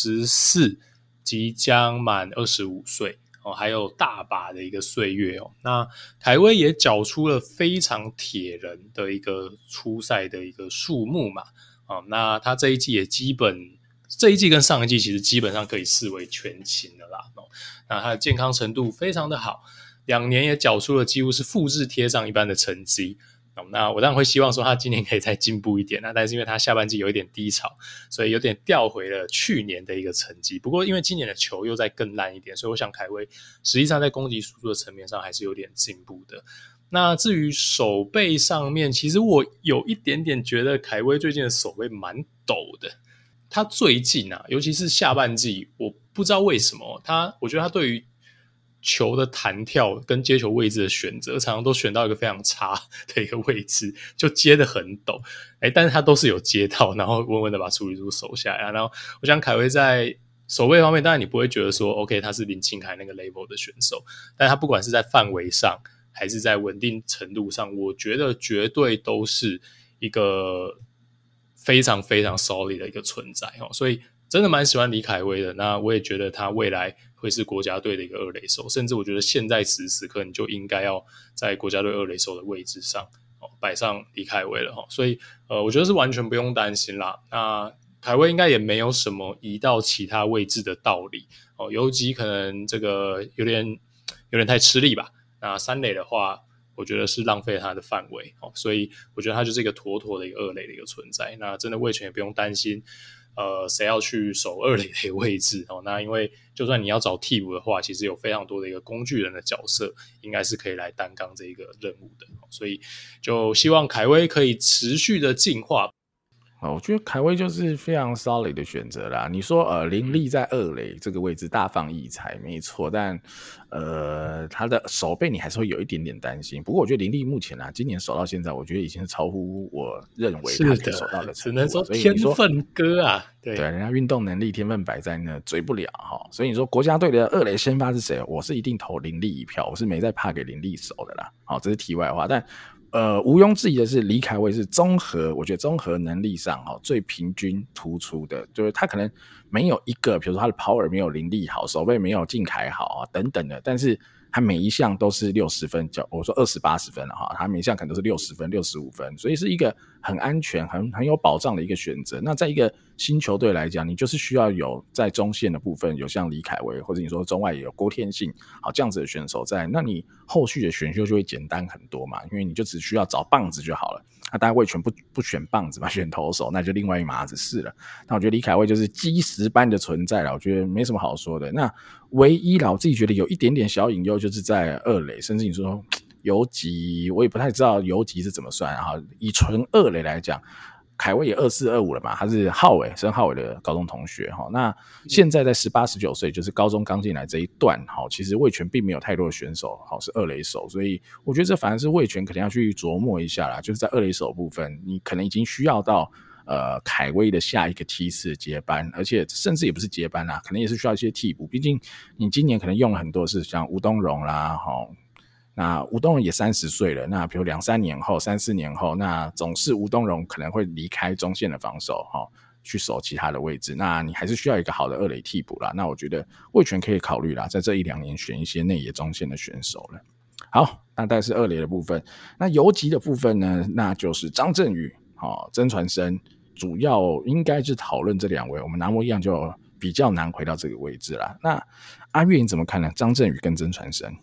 24，即将满25岁。还有大把的一个岁月哦。那凯威也缴出了非常铁人的一个出赛的一个数目嘛。那他这一季这一季跟上一季其实基本上可以视为全勤的啦。那他的健康程度非常的好，2年也缴出了几乎是复制贴上一般的成绩。那我当然会希望说他今年可以再进步一点，但是因为他下半季有一点低潮，所以有点调回了去年的一个成绩。不过因为今年的球又再更烂一点，所以我想凯威实际上在攻击输出的层面上还是有点进步的。那至于手背上面，其实我有一点点觉得凯威最近的手背蛮抖的。他最近尤其是下半季，我不知道为什么我觉得他对于球的弹跳跟接球位置的选择常常都选到一个非常差的一个位置，就接得很陡，但是他都是有接到，然后稳稳的把处理度守下来。然后我想凯威在守备方面，当然你不会觉得说 OK 他是林敬凯那个 level 的选手，但他不管是在范围上还是在稳定程度上，我觉得绝对都是一个非常非常 solid 的一个存在。所以真的蛮喜欢李凯威的。那我也觉得他未来会是国家队的一个二垒手，甚至我觉得现在此时此刻你就应该要在国家队二垒手的位置上摆上李凯威了。所以我觉得是完全不用担心啦。那凯威应该也没有什么移到其他位置的道理。游击可能这个有点太吃力吧。那三垒的话我觉得是浪费他的范围，所以我觉得他就是一个妥妥的一个二垒的一个存在。那真的味全也不用担心谁要去守二垒的位置。那因为就算你要找替补的话，其实有非常多的一个工具人的角色应该是可以来担纲这一个任务的。所以就希望凯威可以持续的进化。 我觉得凯威就是非常 solid 的选择啦。你说林立在二垒这个位置大放异彩没错，但他的手背你还是会有一点点担心。不过我觉得林立目前今年守到现在，我觉得已经是超乎我认为他可以守到的程度。 只能说天分哥啊。对， 人家运动能力天分摆在那，追不了所以你说国家队的二垒先发是谁？我是一定投林立一票，我是没在怕给林立守的啦。这是题外话。但毋庸置疑的是，李凯威是我觉得综合能力上最平均突出的，就是他可能没有一个，比如说他的 power 没有林立好，手背没有敬凯好等等的，但是他每一项都是60分，我说20、80分了他每一项可能都是60分、65分，所以是一个很安全、很有保障的一个选择。那在一个新球队来讲，你就是需要有在中线的部分有像李凯威，或者你说中外也有郭天信这样子的选手在，那你后续的选秀就会简单很多嘛，因为你就只需要找棒子就好了。那当然味全不选棒子嘛，选投手那就另外一码子事了。那我觉得李凯威就是基石般的存在了，我觉得没什么好说的。那唯一我自己觉得有一点点小隐忧，就是在二垒，甚至你说游击，我也不太知道游击是怎么算以纯二垒来讲，凯威也24、25了嘛，他是申浩伟的高中同学那现在在18、19岁，就是高中刚进来这一段其实味全并没有太多的选手是二垒手，所以我觉得这反而是味全可能要去琢磨一下啦，就是在二垒手部分，你可能已经需要到凯威的下一个梯次接班，而且甚至也不是接班啦，可能也是需要一些替补。毕竟你今年可能用了很多是像吴东荣啦，那吴东荣也30岁了，那比如2、3年后、3、4年后，那总是吴东荣可能会离开中线的防守去守其他的位置，那你还是需要一个好的二垒替补啦。那我觉得味全可以考虑啦，在这1、2年选一些内野中线的选手了。好，那大概是二垒的部分。那游击的部分呢，那就是张振宇、曾传生，主要应该是讨论这2位，我们拿模一样就比较难回到这个位置啦。那阿月你怎么看呢？张振宇跟曾传生？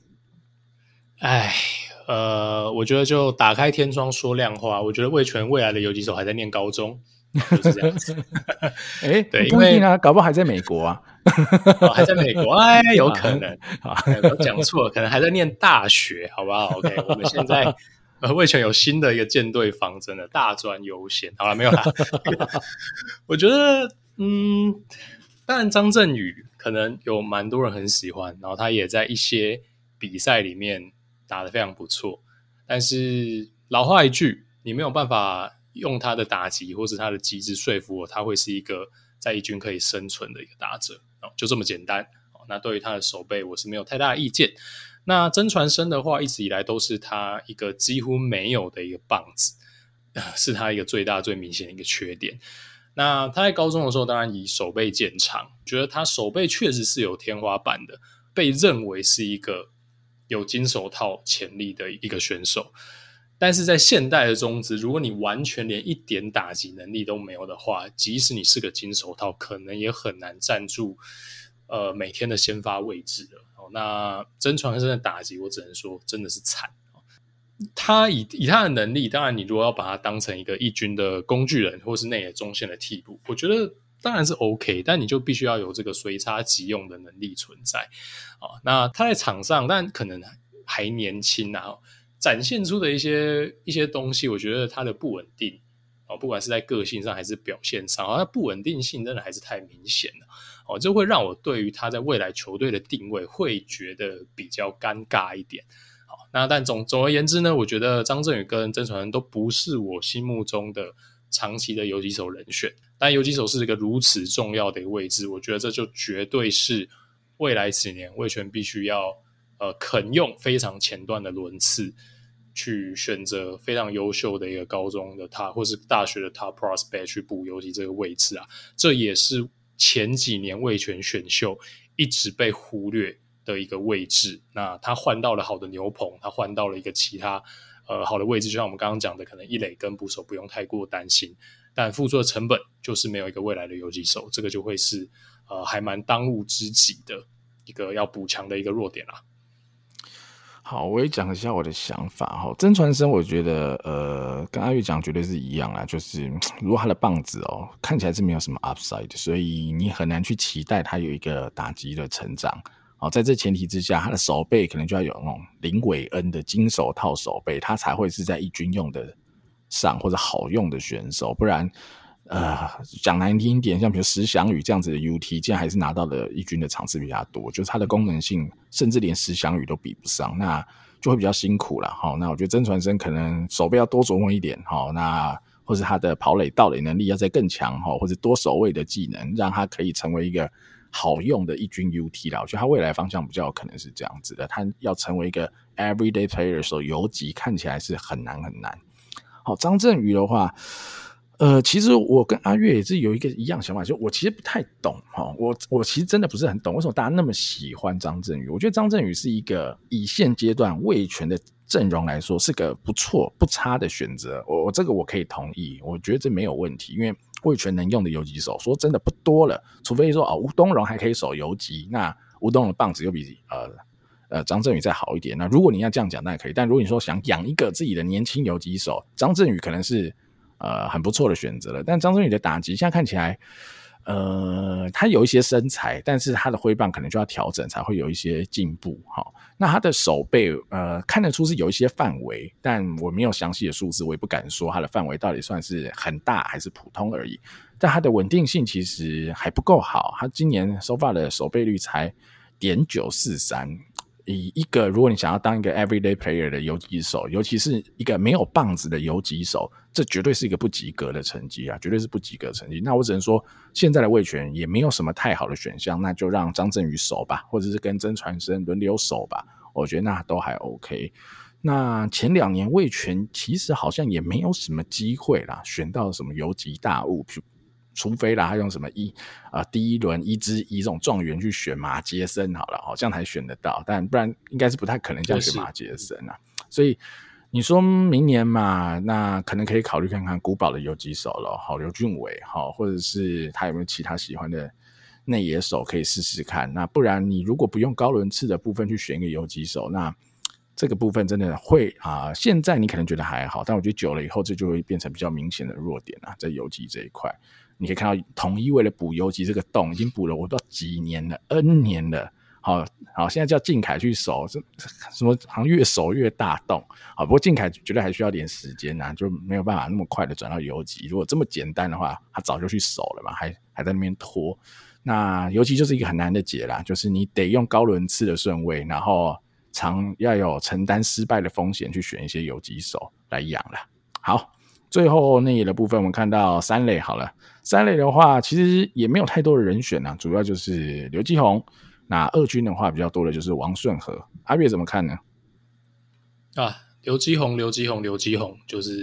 我觉得就打开天窗说亮话。我觉得味全未来的游击手还在念高中，就是这样子。对， 不一定搞不好还在美国啊。 还在美国，有可能。我讲错了，可能还在念大学，好不好 ？OK， 我们现在味全有新的一个舰队方针的大专优先。好了，没有啦。我觉得，当然张振宇可能有蛮多人很喜欢，然后他也在一些比赛里面打得非常不错，但是老话一句，你没有办法用他的打击或是他的机制说服我他会是一个在一军可以生存的一个打者，就这么简单。那对于他的守备我是没有太大的意见。那曾传生的话一直以来都是他一个几乎没有的一个棒子， 是他一个最大最明显的一个缺点。那他在高中的时候当然以手背见长，觉得他手背确实是有天花板的，被认为是一个有金手套潜力的一个选手。但是在现代的中职，如果你完全连一点打击能力都没有的话，即使你是个金手套，可能也很难站住每天的先发位置了。那曾传生的打击，我只能说真的是惨。他以他的能力，当然你如果要把他当成一个一军的工具人，或是内野中线的替补，我觉得当然是 OK， 但你就必须要有这个随插即用的能力存在。那他在场上，但可能还年轻啊，展现出的一些东西，我觉得他的不稳定，不管是在个性上还是表现上，他不稳定性真的还是太明显了。这会让我对于他在未来球队的定位会觉得比较尴尬一点。那但总而言之呢，我觉得张振宇跟曾传生都不是我心目中的长期的游击手人选。但游击手是一个如此重要的一个位置，我觉得这就绝对是未来10年味全必须要肯用非常前段的轮次去选择非常优秀的一个高中的他或是大学的 top prospect 去补游击这个位置啊。这也是前几年味全选秀一直被忽略的一个位置。那他换到了好的牛棚，他换到了一个其他好的位置，就像我们刚刚讲的，可能一垒跟捕手不用太过担心，但付出的成本就是没有一个未来的游击手，这个就会是还蛮当务之急的一个要补强的一个弱点啦。 好，我也讲一下我的想法。曾传生我觉得跟阿月讲绝对是一样啦，就是如果他的棒子看起来是没有什么 upside， 所以你很难去期待他有一个打击的成长。在这前提之下，他的手背可能就要有那种林伟恩的金手套手背，他才会是在一军用的上或者好用的选手。不然讲难听一点，像比如石翔宇这样子的 UT， 竟然还是拿到了一军的场次比他多，就是他的功能性甚至连石翔宇都比不上，那就会比较辛苦啦。那我觉得曾传生可能手背要多琢磨一点，那或是他的跑垒盗垒能力要再更强，或者多守卫的技能，让他可以成为一个好用的一军 UT 啦。我觉得他未来方向比较有可能是这样子的，他要成为一个 everyday player 的时候，游击看起来是很难很难。好，张振宇的话其实我跟阿月也是有一个一样想法，就我其实不太懂我其实真的不是很懂为什么大家那么喜欢张振宇。我觉得张振宇是一个以现阶段味全的阵容来说是个不错不差的选择，我这个我可以同意，我觉得这没有问题，因为味全能用的游击手说真的不多了，除非说吴东荣还可以守游击，那吴东荣的棒子又比张振宇再好一点。那如果你要这样讲那也可以，但如果你说想养一个自己的年轻游击手，张振宇可能是很不错的选择了。但张振宇的打击现在看起来他有一些身材，但是他的挥棒可能就要调整才会有一些进步。那他的手背看得出是有一些范围，但我没有详细的数字，我也不敢说他的范围到底算是很大还是普通而已。但他的稳定性其实还不够好，他今年so far的守备率才 .943，以一个如果你想要当一个 everyday player 的游击手，尤其是一个没有棒子的游击手，这绝对是一个不及格的成绩啊，绝对是不及格的成绩。那我只能说现在的味全也没有什么太好的选项，那就让张振宇守吧，或者是跟曾传生轮流守吧，我觉得那都还 OK。那前2年味全其实好像也没有什么机会啦，选到什么游击大物，除非啦他用什么第一轮1之1这种状元去选马杰森好了，这样才选得到，但不然应该是不太可能这样选马杰森啊。所以你说明年嘛，那可能可以考虑看看古堡的游击手了，刘俊伟或者是他有没有其他喜欢的内野手可以试试看。那不然你如果不用高轮次的部分去选一个游击手，那这个部分真的会现在你可能觉得还好，但我觉得久了以后这就会变成比较明显的弱点啊，在游击这一块。你可以看到统一为了补游击这个洞已经补了我不知道几年了 N 年了，好现在叫靖凯去守，什么好像越守越大洞。好，不过靖凯绝对还需要点时间啊，就没有办法那么快的转到游击，如果这么简单的话他早就去守了嘛，还在那边拖。那游击就是一个很难的解啦，就是你得用高轮次的顺位，然后要有承担失败的风险去选一些游击手来养啦。好，最后内野的部分我们看到三垒好了，三垒的话其实也没有太多的人选主要就是刘基宏，那二军的话比较多的就是王顺和。阿月怎么看呢？ 刘基宏就是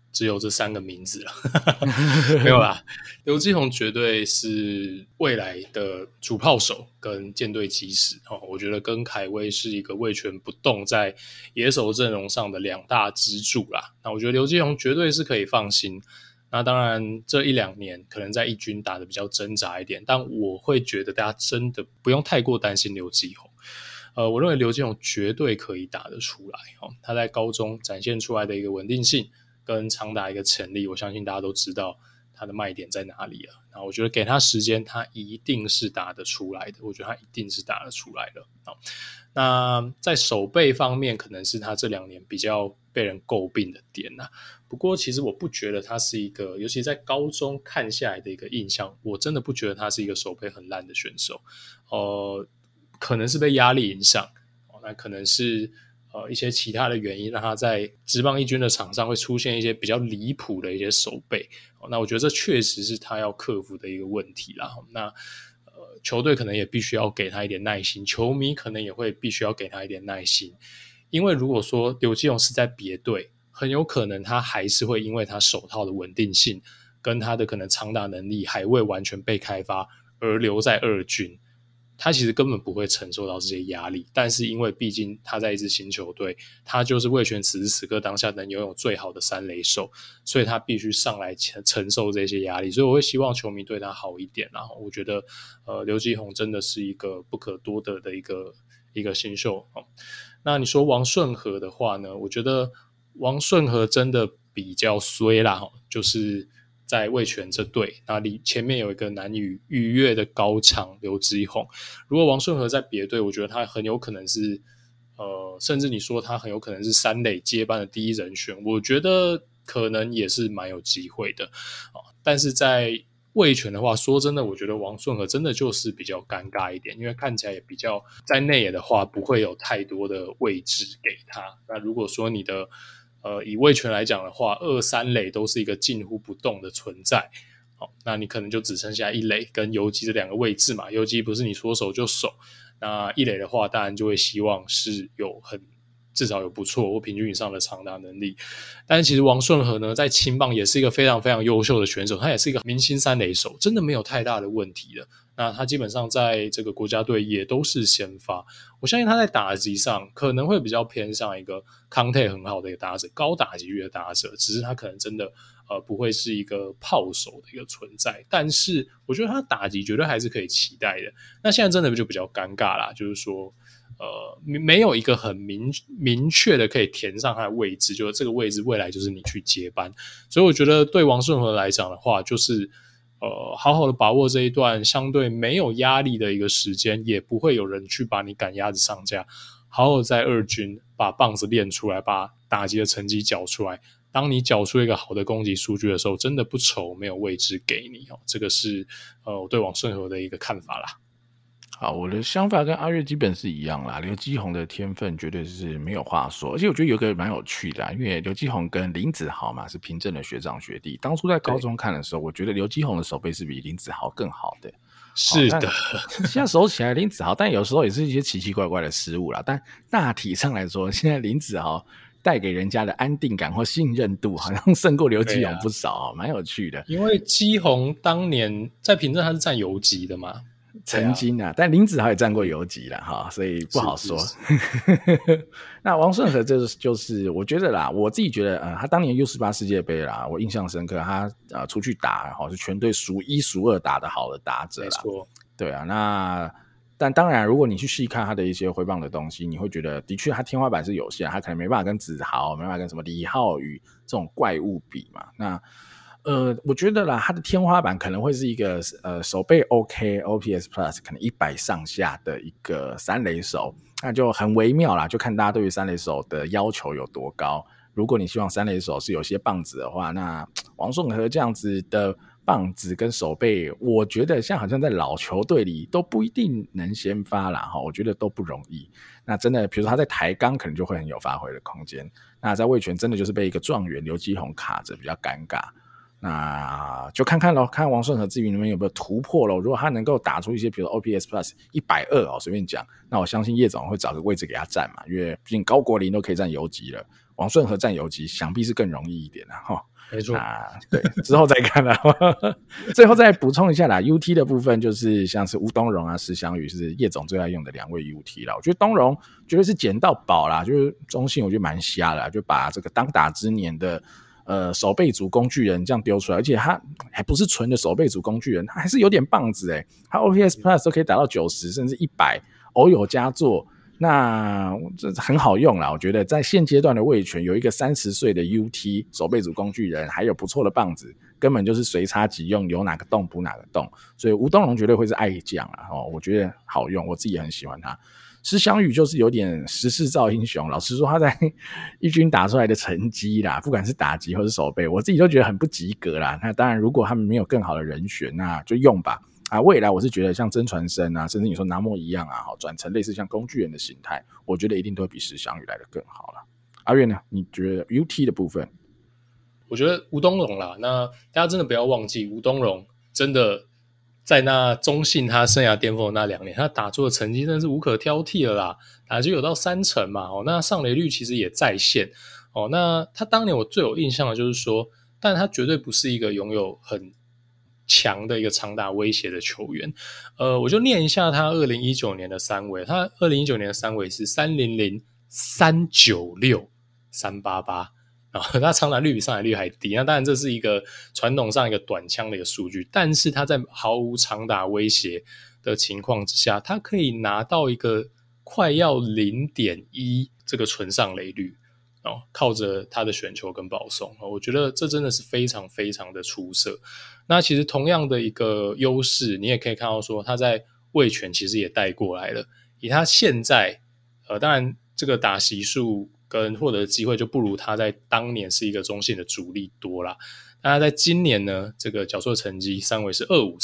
只有这3个名字了没有啦，刘基宏绝对是未来的主炮手跟舰队基石我觉得跟凯威是一个味全不动在野手阵容上的2大支柱啦。那我觉得刘基宏绝对是可以放心。那当然这1-2年可能在一军打得比较挣扎一点，但我会觉得大家真的不用太过担心刘基宏。我认为刘基宏绝对可以打得出来他在高中展现出来的一个稳定性跟长打一个潜力，我相信大家都知道他的卖点在哪里了。那我觉得给他时间，他一定是打得出来的。我觉得他一定是打得出来的。那在守备方面，可能是他这2年比较被人诟病的点不过其实我不觉得他是一个，尤其在高中看下来的一个印象，我真的不觉得他是一个守备很烂的选手。可能是被压力影响，那可能是一些其他的原因让他在职棒一军的场上会出现一些比较离谱的一些守备。那我觉得这确实是他要克服的一个问题啦。那球队可能也必须要给他一点耐心，球迷可能也会必须要给他一点耐心，因为如果说刘基宏是在别队，很有可能他还是会因为他手套的稳定性跟他的可能长打能力还未完全被开发而留在二军，他其实根本不会承受到这些压力。但是因为毕竟他在一支新球队，他就是味全此时此刻当下能拥有最好的三垒手，所以他必须上来承受这些压力。所以我会希望球迷对他好一点。然后我觉得刘基宏真的是一个不可多得的一个新秀。那你说王顺和的话呢，我觉得王顺和真的比较衰啦，就是在味全这队，那前面有一个难以逾越的高墙刘基宏。如果王顺和在别队，我觉得他很有可能是甚至你说他很有可能是三垒接班的第一人选，我觉得可能也是蛮有机会的。但是在味全的话，说真的，我觉得王顺和真的就是比较尴尬一点，因为看起来也比较在内野的话不会有太多的位置给他。那如果说你的以味全来讲的话，2、3垒都是一个近乎不动的存在。那你可能就只剩下一垒跟游击这2个位置嘛，游击不是你说守就守，那一垒的话当然就会希望是有至少有不错或平均以上的长打能力。但是其实王顺和呢，在青棒也是一个非常非常优秀的选手，他也是一个明星三垒手，真的没有太大的问题的。那他基本上在这个国家队也都是先发，我相信他在打击上可能会比较偏向一个康泰很好的一个打者，高打击率的打者，只是他可能真的不会是一个炮手的一个存在，但是我觉得他打击绝对还是可以期待的。那现在真的就比较尴尬啦，就是说没有一个很明确的可以填上他的位置，就是这个位置未来就是你去接班。所以我觉得对王顺和来讲的话，就是好好的把握这一段相对没有压力的一个时间，也不会有人去把你赶鸭子上架，好好在二军把棒子练出来，把打击的成绩缴出来。当你缴出一个好的攻击数据的时候，真的不愁没有位置给你这个是我对王顺和的一个看法啦。 好，我的想法跟阿月基本是一样啦。刘基宏的天分绝对是没有话说，而且我觉得有一个蛮有趣的因为刘基宏跟林子豪嘛是平镇的学长学弟。当初在高中看的时候，我觉得刘基宏的手背是比林子豪更好的。 是的， 现在守起来林子豪，但有时候也是一些奇奇怪怪的失误啦。但大体上来说，现在林子豪带给人家的安定感或信任度，好像胜过刘基宏不少，蛮有趣的。 因为基宏当年在平镇他是站游击的嘛。 曾经但林子豪也站过游击啦所以不好说。那王顺和就是我觉得啦，我自己觉得他当年 U18 世界杯啦，我印象深刻，他出去打是全队数1数2打得好的打者啦。 没错， 对但当然如果你去细看他的一些挥棒的东西，你会觉得的确他天花板是有限，他可能没办法跟子豪，没办法跟什么李浩宇这种怪物比嘛。那我觉得啦，他的天花板可能会是一个手背 OK OPS Plus 可能100上下的一个三垒手，那就很微妙啦，就看大家对于三垒手的要求有多高。如果你希望三垒手是有些棒子的话，那王顺和这样子的棒子跟手背，我觉得好像在老球队里都不一定能先发啦，我觉得都不容易。那真的比如说他在台钢可能就会很有发挥的空间，那在味全真的就是被一个状元刘基宏卡着，比较尴尬。那就看看咯，看王顺和至于你们有没有突破咯。如果他能够打出一些比如说 OPS Plus 120随便讲，那我相信叶总会找个位置给他站嘛，因为毕竟高国林都可以站游击了， 王顺和占游击想必是更容易一点啦齁。 没错， 对，之后再看啦。最后再补充一下啦 ，UT 的部分就是像是吴东荣啊、石翔宇是叶总最爱用的2位 UT 啦。我觉得东荣绝对是捡到宝啦，就是中信我觉得蛮瞎的啦，就把这个当打之年的守备组工具人这样丢出来，而且他还不是纯的守备组工具人，他还是有点棒子他 OPS Plus 都可以达到90甚至100，偶有佳作。那这很好用啦，我觉得在现阶段的味全有一个30岁的 UT 守备组工具人，还有不错的棒子，根本就是随插即用，有哪个洞补哪个洞，所以吴东荣绝对会是爱将啦我觉得好用，我自己也很喜欢他。石翔宇就是有点时势造英雄，老实说他在一军打出来的成绩啦，不管是打击或是守备，我自己都觉得很不及格啦。那当然如果他们没有更好的人选，那就用吧。未来我是觉得像曾传生啊，甚至你说南莫一样转成类似像工具人的形态，我觉得一定都会比石翔宇来的更好了。阿月呢？你觉得 UT 的部分？ 我觉得吴东荣啦，那大家真的不要忘记，吴东荣真的在那中信他生涯巅峰的那2年，他打出的成绩真的是无可挑剔了啦，打击有到30%嘛，那上垒率其实也在线那他当年我最有印象的就是说，但他绝对不是一个拥有很强的一个长打威胁的球员。我就念一下他2019年的三围，他2019年的三围是300、396、388，然后他长打率比上垒率还低。那当然这是一个传统上一个短枪的一个数据，但是他在毫无长打威胁的情况之下，他可以拿到一个快要 0.1 这个纯上垒率。靠着他的选球跟保送，我觉得这真的是非常非常的出色。那其实同样的一个优势，你也可以看到说他在味全其实也带过来了。以他现在当然这个打席数跟获得的机会就不如他在当年是一个中信的主力多啦。那他在今年呢，这个缴出的成绩三围是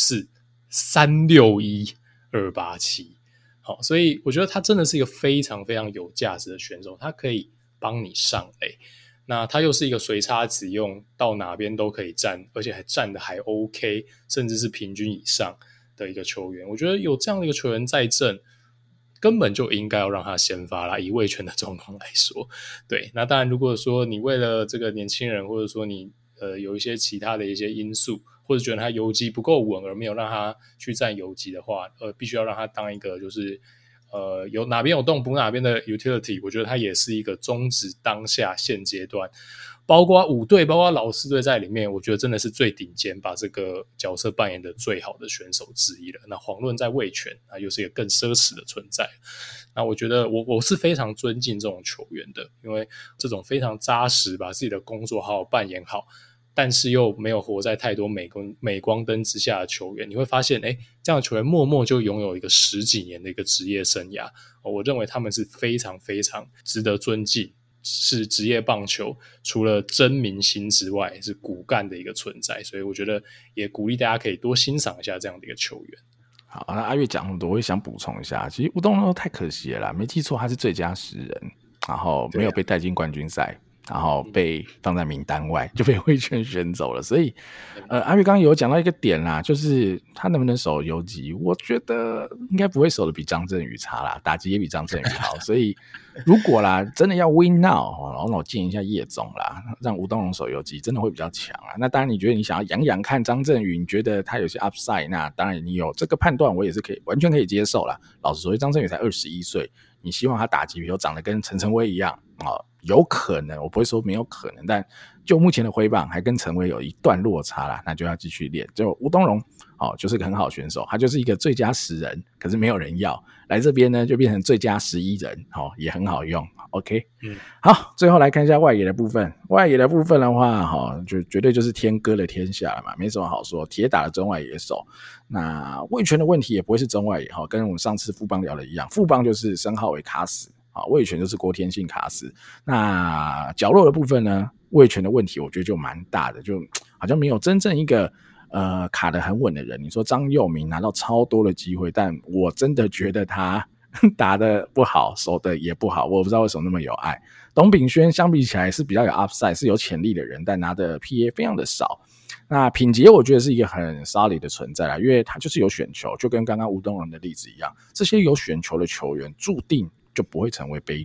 254、361、287。好，所以我觉得他真的是一个非常非常有价值的选手，他可以帮你上垒，那他又是一个随插即用，到哪边都可以站，而且还站得还 OK， 甚至是平均以上的一个球员。我觉得有这样的一个球员在阵，根本就应该要让他先发啦，以味全的状况来说。对，那当然如果说你为了这个年轻人，或者说你有一些其他的一些因素，或者觉得他游击不够稳而没有让他去站游击的话，必须要让他当一个就是有哪边有洞补哪边的 utility， 我觉得他也是一个中职当下现阶段，包括五队包括老四队在里面，我觉得真的是最顶尖，把这个角色扮演的最好的选手之一了。那遑论在味全，那又是一个更奢侈的存在。那我觉得我是非常尊敬这种球员的，因为这种非常扎实把自己的工作好好扮演好，但是又没有活在太多镁光灯之下的球员，你会发现这样的球员默默就拥有一个10几年的一个职业生涯。我认为他们是非常非常值得尊敬，是职业棒球除了真明星之外是骨干的一个存在，所以我觉得也鼓励大家可以多欣赏一下这样的一个球员。 好，那阿月讲那么多，我也想补充一下，其实吴东荣太可惜了啦，没记错他是最佳10人，然后没有被带进冠军赛，然后被放在名单外，就被味全选走了。所以阿月刚刚有讲到一个点啦，就是他能不能守游击，我觉得应该不会守的比张振宇差啦，打击也比张振宇好。所以如果啦真的要 win now， 然后我建议一下叶总啦，让吴东荣守游击真的会比较强啦。那当然你觉得你想要养养看张振宇，你觉得他有些 upside， 那当然你有这个判断，我也是可以完全可以接受啦。老实说，张振宇才21岁，你希望他打击比如长得跟陈晨威一样有可能，我不会说没有可能，但就目前的挥棒还跟陈威有一段落差啦，那就要继续练。就吴东荣就是个很好的选手，他就是一个最佳10人，可是没有人要，来这边呢就变成最佳11人也很好用。OK， 好，最后来看一下外野的部分。外野的部分的话就绝对就是天哥的天下了嘛，没什么好说，铁打的中外野手。那味全的问题也不会是中外野跟我们上次富邦聊的一样，富邦就是申浩伟卡死，味全就是郭天信卡死。那角落的部分呢，味全的问题我觉得就蛮大的，就好像没有真正一个卡得很稳的人。你说张佑铭拿到超多的机会，但我真的觉得他打得不好，守得也不好，我不知道为什么那么有爱。董秉轩相比起来是比较有 upside， 是有潜力的人，但拿的 PA 非常的少。那品杰我觉得是一个很 solid 的存在啦，因为他就是有选球，就跟刚刚吴东荣的例子一样，这些有选球的球员注定就不会成为悲剧，因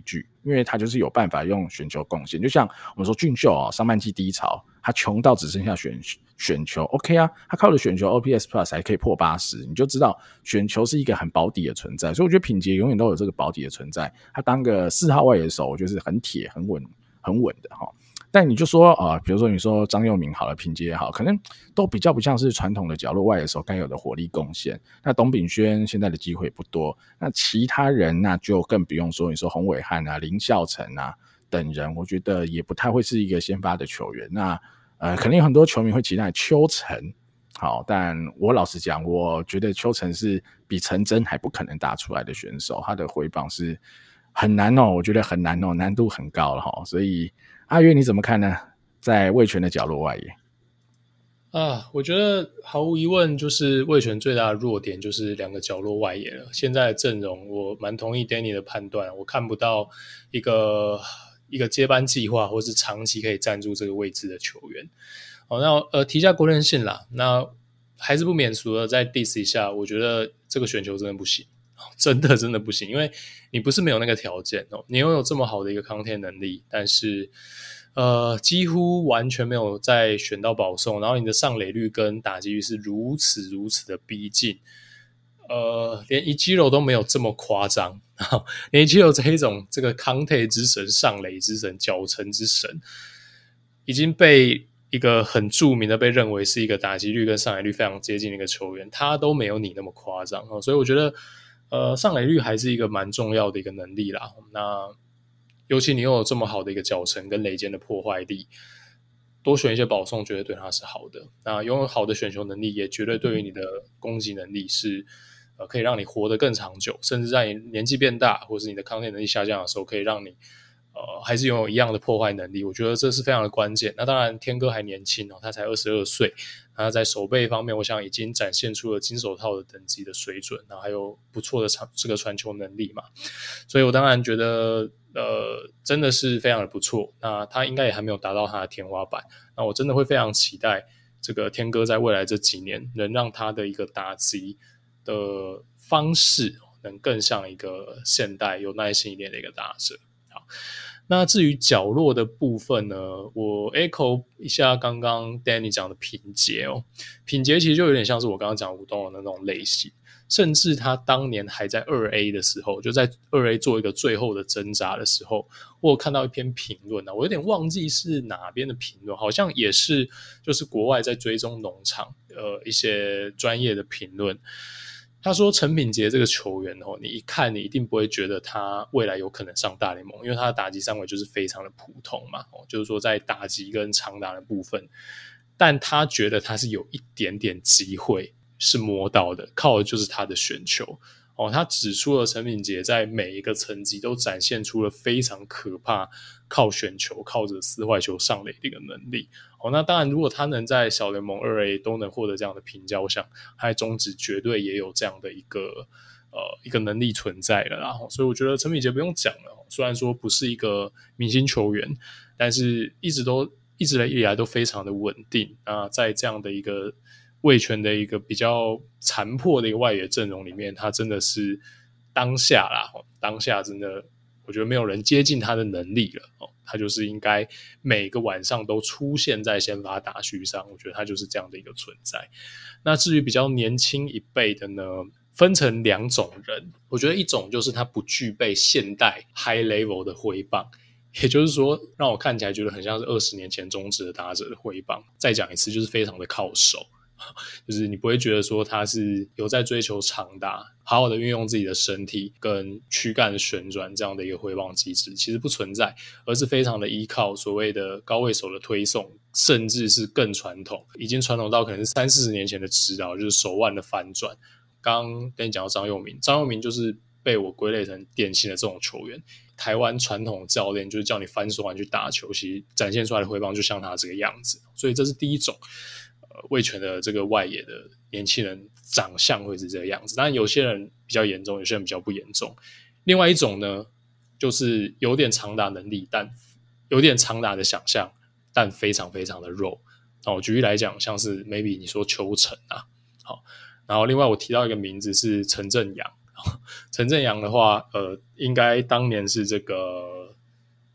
因为他就是有办法用选球贡献。就像我们说俊秀上半季低潮，他穷到只剩下选球 OK 啊，他靠着选球 OPS Plus 还可以破80，你就知道选球是一个很保底的存在。所以我觉得品杰永远都有这个保底的存在，他当个4号外野手，我觉得是很铁很稳的齁。但你就说比如说你说张佑铭好了，品杰也好，可能都比较不像是传统的角落外野手该有的火力贡献。那董秉轩现在的机会不多，那其他人那就更不用说，你说洪伟汉啊、林孝成啊等人，我觉得也不太会是一个先发的球员。那可能有很多球迷会期待邱成，好，但我老实讲，我觉得邱成是比陈真还不可能打出来的选手，他的回棒是很难我觉得很难难度很高了所以阿约你怎么看呢？在味全的角落外野我觉得毫无疑问，就是味全最大的弱点就是2个角落外野了。现在的阵容，我蛮同意 Danny 的判断，我看不到一个接班计划，或是长期可以站住这个位置的球员。那提一下郭任信啦，那还是不免俗的再 diss 一下，我觉得这个选球真的不行，真的不行，因为你不是没有那个条件你拥有这么好的一个康天能力，但是几乎完全没有再选到保送，然后你的上垒率跟打击率是如此的逼近，连一击肉都没有这么夸张，连一击肉这一种这个康泰之神、上垒之神、脚程之神，已经被一个很著名的被认为是一个打击率跟上垒率非常接近的一个球员，他都没有你那么夸张所以我觉得上垒率还是一个蛮重要的一个能力啦。那尤其你又有这么好的一个脚程跟垒间的破坏力，多选一些保送绝对对他是好的。那拥有好的选球能力也绝对对于你的攻击能力是可以让你活得更长久，甚至在你年纪变大或是你的康健能力下降的时候，可以让你还是拥有一样的破坏能力，我觉得这是非常的关键。那当然天哥还年轻他才22岁，他在守备方面我想已经展现出了金手套的等级的水准，然后还有不错的这个传球能力嘛，所以我当然觉得真的是非常的不错。那他应该也还没有达到他的天花板，那我真的会非常期待这个天哥在未来这几年能让他的一个打击的方式能更像一个现代有耐心一点的一个打者。好，那至于角落的部分呢，我 echo 一下刚刚 Danny 讲的品杰品杰其实就有点像是我刚刚讲吴东的那种类型，甚至他当年还在 2A 的时候，就在 2A 做一个最后的挣扎的时候，我有看到一篇评论我有点忘记是哪边的评论，好像也是就是国外在追踪农场一些专业的评论。他说陈品杰这个球员你一看你一定不会觉得他未来有可能上大联盟，因为他的打击三围就是非常的普通嘛就是说在打击跟长打的部分，但他觉得他是有一点点机会是摸到的，靠的就是他的选球他指出了陈品杰在每一个层级都展现出了非常可怕靠选球靠着四坏球上垒的一个能力那当然如果他能在小联盟 2A 都能获得这样的评价，我想他在中职绝对也有这样的一个能力存在了啦所以我觉得陈品杰不用讲了虽然说不是一个明星球员，但是一直以来都非常的稳定在这样的一个味全的一个比较残破的一个外野阵容里面，他真的是当下真的我觉得没有人接近他的能力了他就是应该每个晚上都出现在先发打序上，我觉得他就是这样的一个存在。那至于比较年轻一辈的呢，分成2种人，我觉得一种就是他不具备现代 high level 的挥棒，也就是说让我看起来觉得很像是20年前中职的打者的挥棒，再讲一次就是非常的靠手，就是你不会觉得说他是有在追求长打，好好的运用自己的身体跟躯干的旋转这样的一个挥棒机制其实不存在，而是非常的依靠所谓的高位手的推送，甚至是更传统，已经传统到可能是30-40年前的指导，就是手腕的翻转。刚刚跟你讲到张佑铭就是被我归类成典型的这种球员，台湾传统教练就是叫你翻手腕去打球，其实展现出来的挥棒就像他这个样子，所以这是第一种味全的这个外野的年轻人长相会是这个样子，当然有些人比较严重，有些人比较不严重。另外一种呢，就是有点长打能力，但有点长打的想象，但非常非常的肉。我举例来讲，像是 maybe 你说邱成好，然后另外我提到一个名字是陈振阳。陈振阳的话应该当年是这个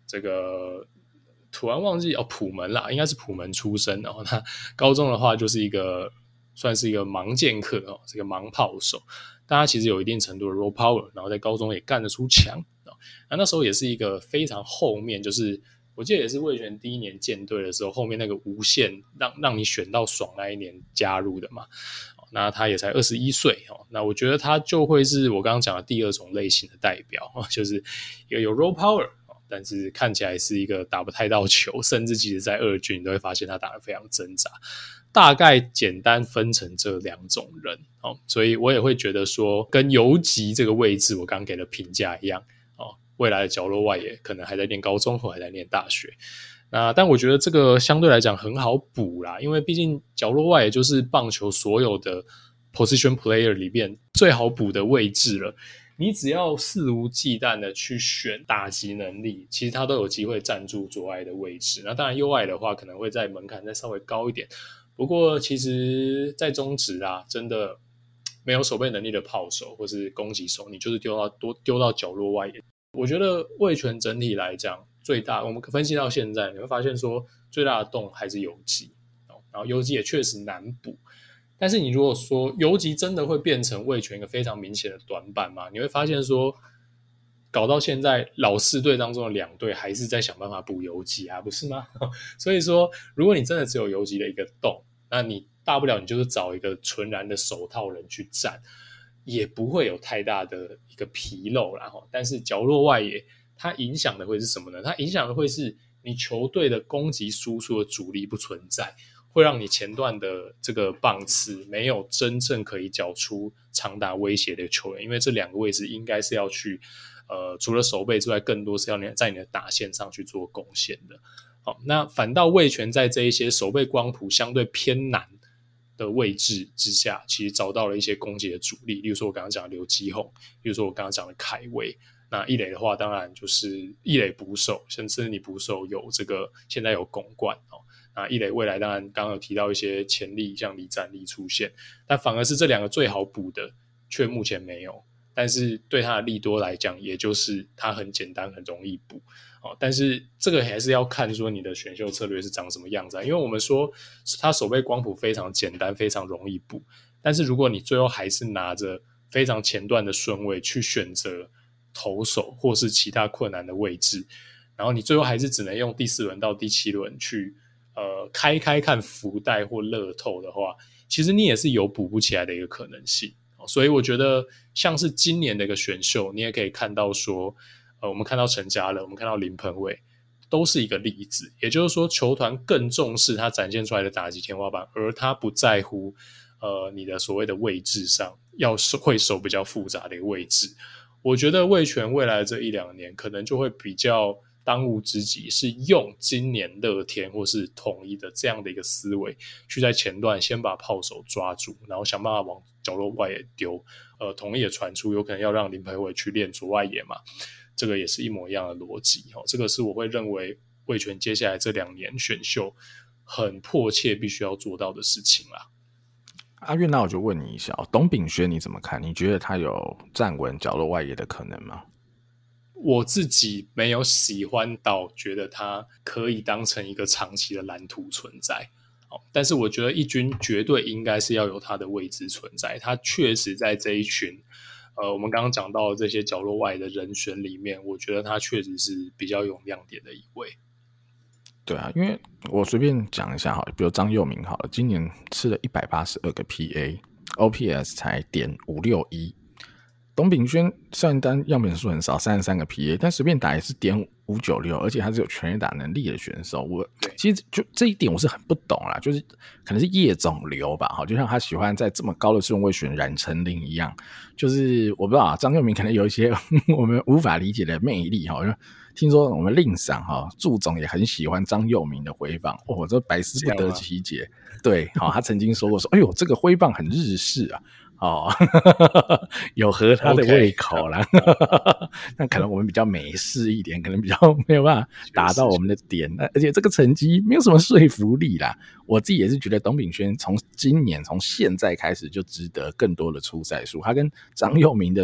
这个突然忘记普门啦，应该是普门出身，然后他高中的话就是算是一个盲剑客这个盲炮手，但他其实有一定程度的 raw power， 然后在高中也干得出强，那时候也是一个非常后面，就是我记得也是味全第一年建队的时候，后面那个无限让你选到爽那一年加入的嘛。那他也才21岁，那我觉得他就会是我刚刚讲的第二种类型的代表，就是一个有 raw power， 但是看起来是一个打不太到球，甚至即使在二军你都会发现他打得非常挣扎。大概简单分成这两种人，所以我也会觉得说跟游击这个位置我刚给的评价一样，未来的角落外野可能还在念高中或还在念大学。但我觉得这个相对来讲很好补啦，因为毕竟角落外也就是棒球所有的 position player 里面最好补的位置了。你只要肆无忌惮的去选打击能力，其实他都有机会站住左外的位置。那当然右外的话可能会在门槛再稍微高一点，不过其实在中职啦，真的没有守备能力的炮手或是攻击手，你就是丢到角落外野。我觉得味全整体来讲最大，我们分析到现在你会发现说最大的洞还是游击，然后游击也确实难补。但是你如果说游击真的会变成味全一个非常明显的短板嘛，你会发现说搞到现在老四队当中的2队还是在想办法补游击啊，不是吗？所以说如果你真的只有游击的一个洞，那你大不了你就是找一个纯然的手套人去站，也不会有太大的一个纰漏啦。但是角落外野它影响的会是什么呢？它影响的会是你球队的攻击输出的主力不存在，会让你前段的这个棒次没有真正可以缴出长打威胁的球员，因为这2个位置应该是要去除了守备之外，更多是要在你的打线上去做贡献的。好，那反倒味全在这一些守备光谱相对偏难的位置之下，其实找到了一些攻击的主力，例如说我刚刚讲的刘基宏，例如说我刚刚讲的凯威。那一垒的话当然就是一垒捕手，甚至你捕手有这个现在有拱冠那一垒未来当然刚刚有提到一些潜力，像李展力出现，但反而是这2个最好补的却目前没有，但是对他的利多来讲也就是他很简单很容易补但是这个还是要看说你的选秀策略是长什么样子因为我们说他守备光谱非常简单非常容易补，但是如果你最后还是拿着非常前段的顺位去选择投手或是其他困难的位置，然后你最后还是只能用第4轮到第7轮去开看福袋或乐透的话，其实你也是有补不起来的一个可能性。所以我觉得像是今年的一个选秀，你也可以看到说我们看到陈家乐，我们看到林鹏伟都是一个例子，也就是说球团更重视他展现出来的打击天花板，而他不在乎你的所谓的位置上会守比较复杂的一个位置。我觉得味全未来的这1-2年可能就会比较当务之急是用今年乐天或是统一的这样的一个思维去在前段先把炮手抓住，然后想办法往角落外野丢统一也传出有可能要让林培伟去练左外野嘛，这个也是一模一样的逻辑这个是我会认为味全接下来这2年选秀很迫切必须要做到的事情啦。 阿月，那我就问你一下董秉轩你怎么看？你觉得他有站稳角落外野的可能吗？ 我自己没有喜欢到觉得他可以当成一个长期的蓝图存在但是我觉得一军绝对应该是要有他的位置存在，他确实在这一群我们刚刚讲到的这些角落外的人选里面，我觉得他确实是比较有亮点的一位。 对啊，因为我随便讲一下好了，比如张佑铭好了，今年吃了182个 PA， OPS 才.561。董秉轩虽然单样本数很少，33个 PA， 但随便打也是.596，而且他是有全垒打能力的选手。我其实就这一点我是很不懂啦，就是可能是叶总流吧，就像他喜欢在这么高的顺位选冉成林一样，就是我不知道张佑铭可能有一些我们无法理解的魅力听说我们令赏祝总也很喜欢张佑铭的挥棒这百思不得其解。对他曾经说过哎呦这个挥棒很日式啊有合他的胃口啦那可能我们比较美式一点，可能比较没有办法达到我们的点，而且这个成绩没有什么说服力啦。我自己也是觉得董秉轩从现在开始就值得更多的出赛数，他跟张佑铭的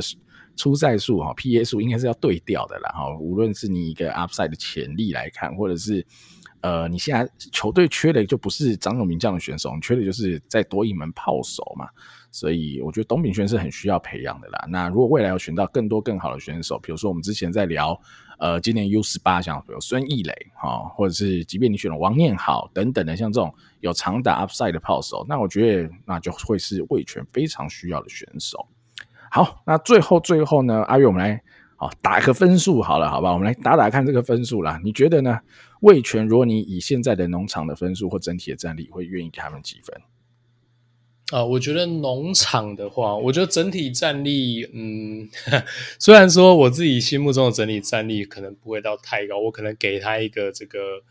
出赛数PA 数应该是要对调的啦无论是你一个 upside 的潜力来看，或者是你现在球队缺的就不是长有名将的选手，你缺的就是再多一门炮手嘛。所以我觉得东炳轩是很需要培养的啦。那如果未来有选到更多更好的选手，比如说我们之前在聊今年 U18 像比如孙艺磊或者是即便你选了王念好等等的，像这种有长打 upside 的炮手，那我觉得那就会是味全非常需要的选手。好，那最后呢，阿月我们来打个分数好了，好吧？我们来打打看这个分数啦。你觉得呢？味全如果你以现在的农场的分数或整体的战力，会愿意给他们几分？ 我觉得农场的话，我觉得整体战力，虽然说我自己心目中的整体战力可能不会到太高，我可能给他一个这个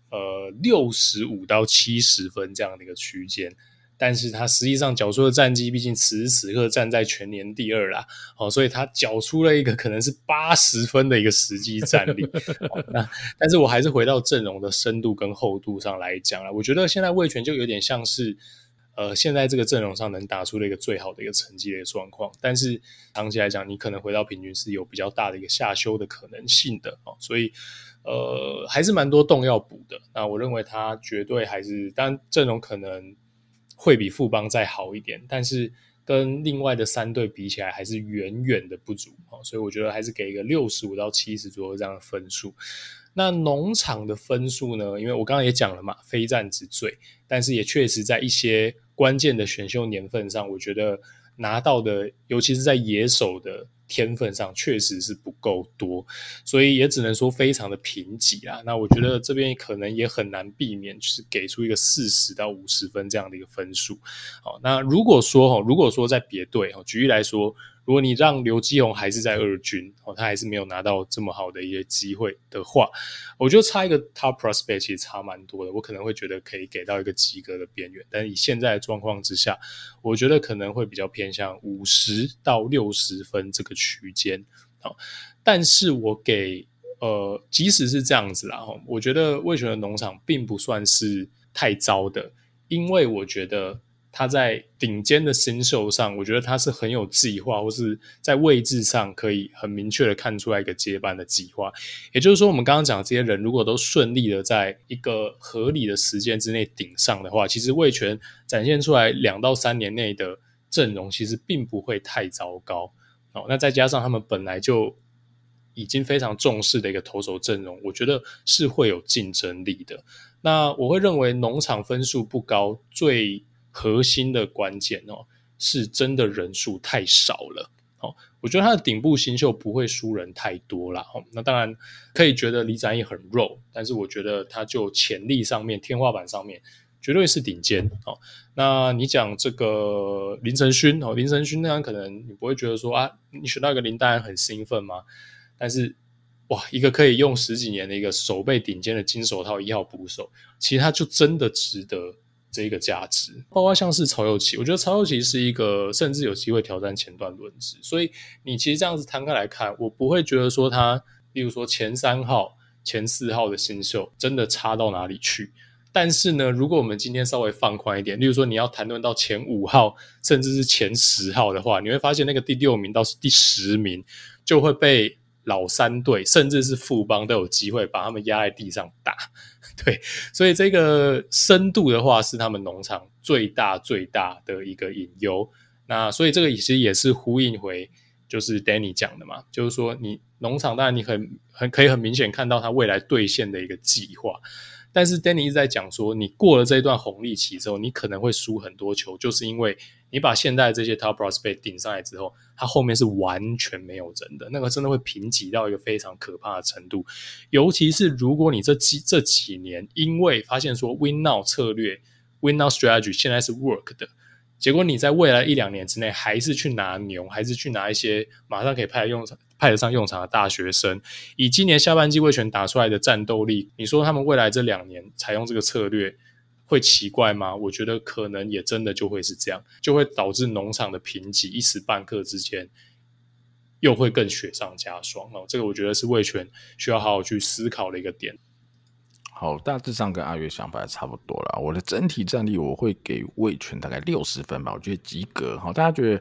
65到70分这样的一个区间，但是他实际上缴出的战绩，毕竟此时此刻站在全年第2啦，所以他缴出了一个可能是80分的一个实际战力。但是我还是回到阵容的深度跟厚度上来讲啦，我觉得现在味全就有点像是现在这个阵容上能打出了一个最好的一个成绩的一个状况，但是长期来讲，你可能回到平均是有比较大的一个下修的可能性的所以还是蛮多洞要补的。那我认为他绝对还是，当然阵容可能会比富邦再好一点，但是跟另外的3队比起来还是远远的不足所以我觉得还是给一个65到70左右这样的分数。那农场的分数呢，因为我刚刚也讲了嘛，非战之罪，但是也确实在一些关键的选秀年份上，我觉得拿到的尤其是在野手的天分上确实是不够多，所以也只能说非常的贫瘠啦。那我觉得这边可能也很难避免就是给出一个40到50分这样的一个分数。那如果说在别队举例来说，如果你让刘基宏还是在2军他还是没有拿到这么好的一些机会的话，我觉得差一个 top prospect 其实差蛮多的，我可能会觉得可以给到一个及格的边缘，但是以现在的状况之下，我觉得可能会比较偏向50到60分这个区间。但是我给即使是这样子啦，我觉得味全的农场并不算是太糟的，因为我觉得他在顶尖的新秀上，我觉得他是很有计划，或是在位置上可以很明确的看出来一个接班的计划。也就是说，我们刚刚讲的这些人如果都顺利的在一个合理的时间之内顶上的话，其实味全展现出来2到3年内的阵容其实并不会太糟糕那再加上他们本来就已经非常重视的一个投手阵容，我觉得是会有竞争力的。那我会认为农场分数不高，最核心的关键是真的人数太少了我觉得他的顶部新秀不会输人太多啦那当然可以觉得李展毅很肉，但是我觉得他就潜力上面天花板上面绝对是顶尖那你讲这个林承勋林承勋那样可能你不会觉得说你选到一个林丹安很兴奋吗？但是一个可以用10几年的一个守备顶尖的金手套1号捕手，其实他就真的值得这个价值。包括像是曹祐齐，我觉得曹祐齐是一个甚至有机会挑战前段轮值，所以你其实这样子摊开来看，我不会觉得说他例如说前3号前4号的新秀真的差到哪里去。但是呢，如果我们今天稍微放宽一点，例如说你要谈论到前5号甚至是前10号的话，你会发现那个第6名到第10名就会被老3队甚至是富邦都有机会把他们压在地上打对，所以这个深度的话是他们农场最大的一个隐忧。那所以这个其实也是呼应回就是 Danny 讲的嘛，就是说你农场当然你可以很明显看到他未来兑现的一个计划，但是 Danny 一直在讲说你过了这一段红利期之后你可能会输很多球，就是因为你把现在这些 top prospect 顶上来之后，他后面是完全没有人的，那个真的会贫瘠到一个非常可怕的程度。尤其是如果你这几年因为发现说 win now 策略 win now strategy 现在是 work 的，结果你在未来1-2年之内还是去拿牛，还是去拿一些马上可以派得上用场的大学生，以今年下半季味全打出来的战斗力，你说他们未来这2年采用这个策略会奇怪吗？我觉得可能也真的就会是这样，就会导致农场的贫瘠一时半刻之间又会更雪上加霜这个我觉得是味全需要好好去思考的一个点。 好，大致上跟阿月想法也差不多啦。我的整体战力我会给味全大概60分吧，我觉得及格。大家觉得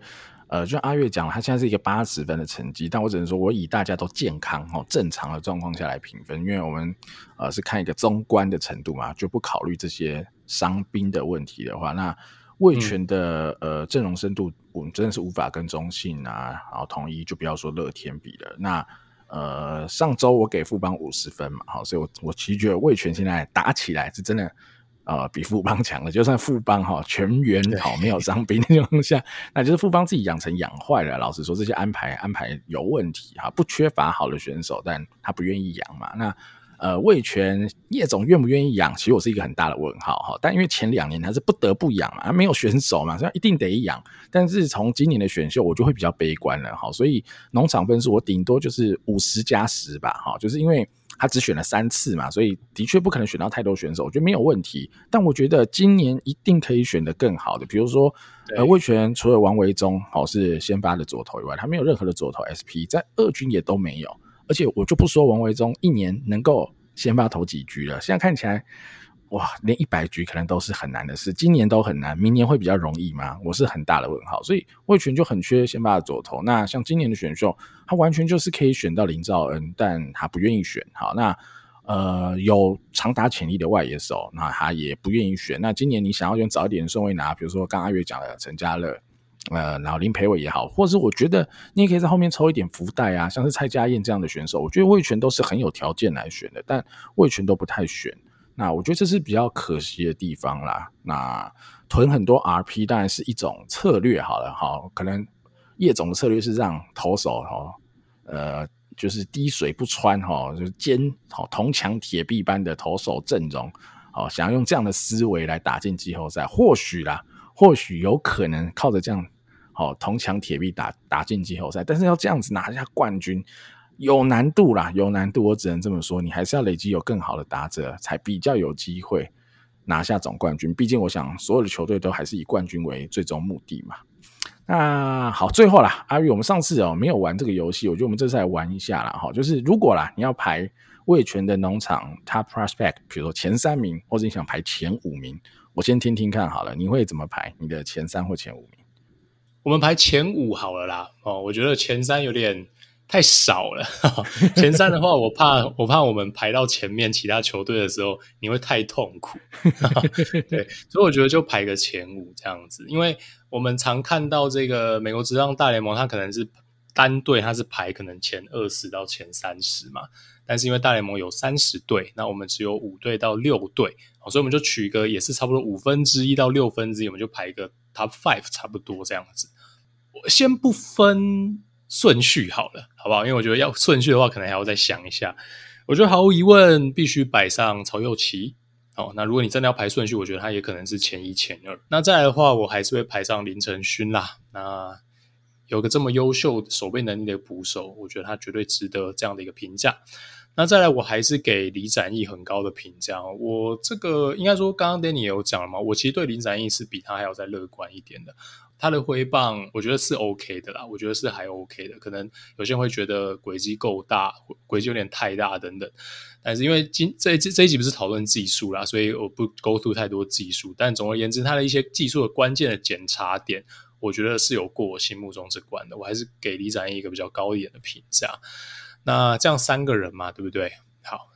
就像阿月讲了，他现在是一个80分的成绩，但我只能说我以大家都健康正常的状况下来评分，因为我们是看一个综观的程度嘛，就不考虑这些伤兵的问题的话，那味全的阵容深度我们真的是无法跟中信啊，然后统一就不要说乐天比了。那上周我给富邦50分嘛，好，所以我其实觉得味全现在打起来是真的比富邦强了。就算富邦全员没有伤兵的情况下，那就是富邦自己养成养坏了。老实说，这些安排有问题哈，不缺乏好的选手，但他不愿意养嘛。那味全叶总愿不愿意养，其实我是一个很大的问号哈。但因为前2年他是不得不养嘛，没有选手嘛，所以一定得养。但是从今年的选秀，我就会比较悲观了哈。所以农场分数我顶多就是50+10吧哈，就是因为他只选了3次嘛，所以的确不可能选到太多选手，我觉得没有问题。但我觉得今年一定可以选得更好的，比如说味全除了王维忠是先发的左投以外，他没有任何的左投 SP， 在二军也都没有。而且我就不说王维忠一年能够先发投几局了，现在看起来哇，连100局可能都是很难的事，今年都很难，明年会比较容易吗？我是很大的问号。所以味全就很缺先发的左投。那像今年的选秀，他完全就是可以选到林兆恩，但他不愿意选。好，那有长打潜力的外野手，那他也不愿意选。那今年你想要用早一点的顺位拿，比如说刚刚阿月讲的陈家乐，然后林培伟也好，或是我觉得你也可以在后面抽一点福袋啊，像是蔡家燕这样的选手，我觉得味全都是很有条件来选的，但味全都不太选。那我觉得这是比较可惜的地方啦。那囤很多 RP 当然是一种策略好了，好，可能叶总的策略是让投手就是滴水不穿就是坚铜墙铁壁般的投手阵容，想要用这样的思维来打进季后赛，或许有可能靠着这样铜墙铁壁打进季后赛，但是要这样子拿下冠军有难度啦，有难度，我只能这么说，你还是要累积有更好的打者，才比较有机会拿下总冠军。毕竟我想所有的球队都还是以冠军为最终目的嘛。那好，最后啦，阿玉，我们上次没有玩这个游戏，我觉得我们这次来玩一下啦，就是如果啦你要排味全的农场 Top Prospect， 比如说前3名，或者你想排前5名，我先听听看好了，你会怎么排你的前3或前5名？ 我们排前5好了啦。我觉得前3有点太少了。前3的话，我怕我们排到前面其他球队的时候，你会太痛苦。对，所以我觉得就排个前5这样子，因为我们常看到这个美国职棒大联盟，它可能是单队，它是排可能前20到前30嘛。但是因为大联盟有30队，那我们只有5队到6队，所以我们就取一个也是差不多1/5到1/6，我们就排一个 Top 5差不多这样子。我先不分顺序好了，好不好？因为我觉得要顺序的话，可能还要再想一下。我觉得毫无疑问必须摆上曹祐齐。那如果你真的要排顺序，我觉得他也可能是前1、前2。那再来的话，我还是会排上林承勋啦。那有个这么优秀守备能力的捕手，我觉得他绝对值得这样的一个评价。那再来，我还是给李展毅很高的评价。我这个应该说，刚刚 Danny 也有讲了嘛，我其实对林展毅是比他还要再乐观一点的。他的挥棒我觉得是 OK 的啦，我觉得是还 OK 的。可能有些人会觉得轨迹够大，轨迹有点太大等等。但是因为这一集不是讨论技术啦，所以我不 go through 太多技术。但总而言之，他的一些技术的关键的检查点，我觉得是有过我心目中这关的。我还是给李展毅一个比较高一点的评价。那这样3个人嘛，对不对？好，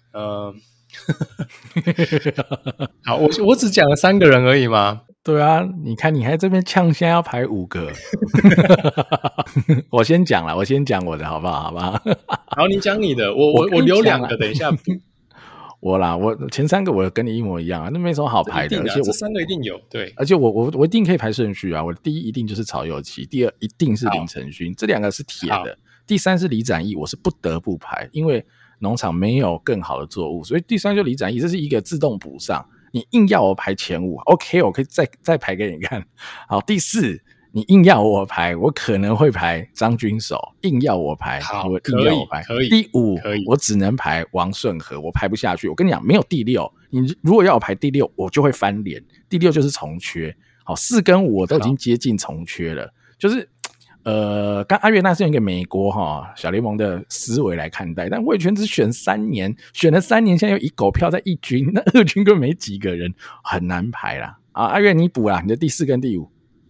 好，我只讲了3个人而已嘛。 对啊，你看你还这边呛，现在要排5个。我先讲我的好不好？好不好？ 好，你讲你的，我留2个，等一下补。 我前3个我跟你一模一样啊，那没什么好排的，而且这3个一定有，对， 而且我一定可以排顺序啊。我的第1一定就是曹祐齐，第2一定是林承勋，这2个是铁的。第3是李展毅，我是不得不排，因为农场没有更好的作物，所以第3就李展毅，这是一个自动补上。你硬要我排前5 ，OK， 我可以再排给你看。好，第4你硬要我排，我可能会排张军守，硬要我排， 可以。 第5我只能排王顺和，我排不下去。我跟你讲，没有第6，你如果要我排第6，我就会翻脸。第6就是重缺。好，4跟5我都已经接近重缺了，就是刚阿月那是用一个美国小联盟的思维来看待，但味全只选3年，选了3年，现在又以狗票在1军，那2军根本没几个人，很难排啦。阿月你补啦，你的第4跟第5。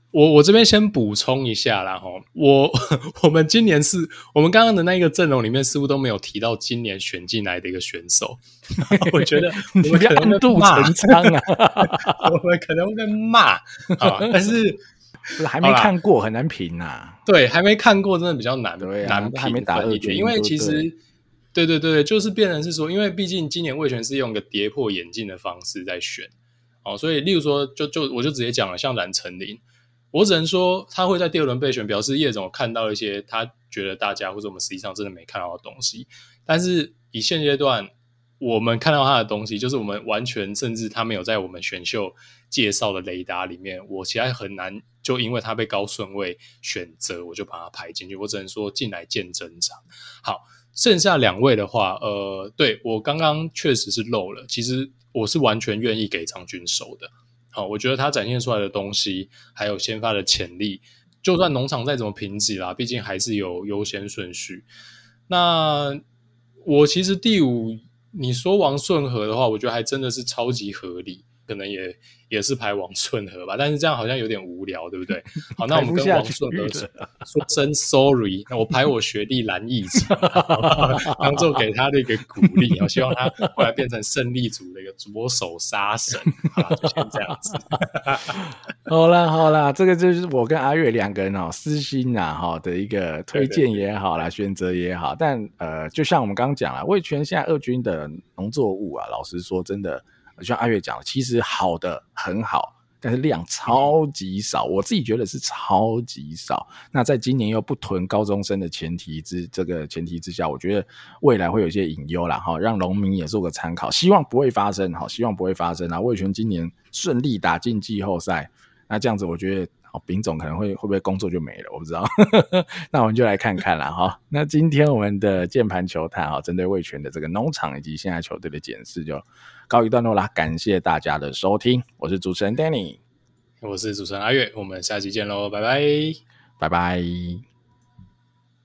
我这边先补充一下啦齁，我们今年我们刚刚的那个阵容里面似乎都没有提到今年选进来的一个选手，我觉得我们可能暗度陈仓啊， 我们可能会被骂啊，但是还没看过很难评啊。 对，还没看过真的比较难， 对啊， 难评还没打2军， 因为其实对，就是变成是说，因为毕竟今年味全是用个跌破眼镜的方式在选，所以例如说我就直接讲了，像冉成林。我只能说他会在第2轮备选，表示叶总看到一些他觉得大家或者我们实际上真的没看到的东西。但是以现阶段我们看到他的东西，就是我们完全甚至他没有在我们选秀介绍的雷达里面，我其实很难就因为他被高顺位选择，我就把他排进去。我只能说进来见真章。好，剩下2位的话，对，我刚刚确实是漏了，其实我是完全愿意给张军守的。好，我觉得他展现出来的东西，还有先发的潜力，就算农场再怎么贫瘠啦，毕竟还是有优先顺序。那我其实第5，你说王顺和的话，我觉得还真的是超级合理，可能也是排王顺和吧，但是这样好像有点无聊，对不对？好，那我们跟王顺和说声 sorry， 那我排我学弟蓝奕成，当做给他的一个鼓励，希望他后来变成胜利组的一个左手杀神。好，就先这样子。 好啦，这个就是我跟阿月2个人私心的一个推荐也好啦，选择也好，但就像我们刚刚讲啦，味全现在2军的农作物啊，老实说真的，就像阿月讲，其实好的很好，但是量超级少，我自己觉得是超级少。那在今年又不囤高中生的前提之下，我觉得未来会有一些隐忧啦，让农民也做个参考，希望不会发生啊。味全今年顺利打进季后赛，那这样子我觉得丙总可能会不会工作就没了，我不知道。那我们就来看看啦齁。那今天我们的键盘球探针对味全的这个农场以及现在球队的检视就告一段落啦，感谢大家的收听，我是主持人 Danny， 我是主持人阿月，我们下期见咯，拜拜， 拜拜。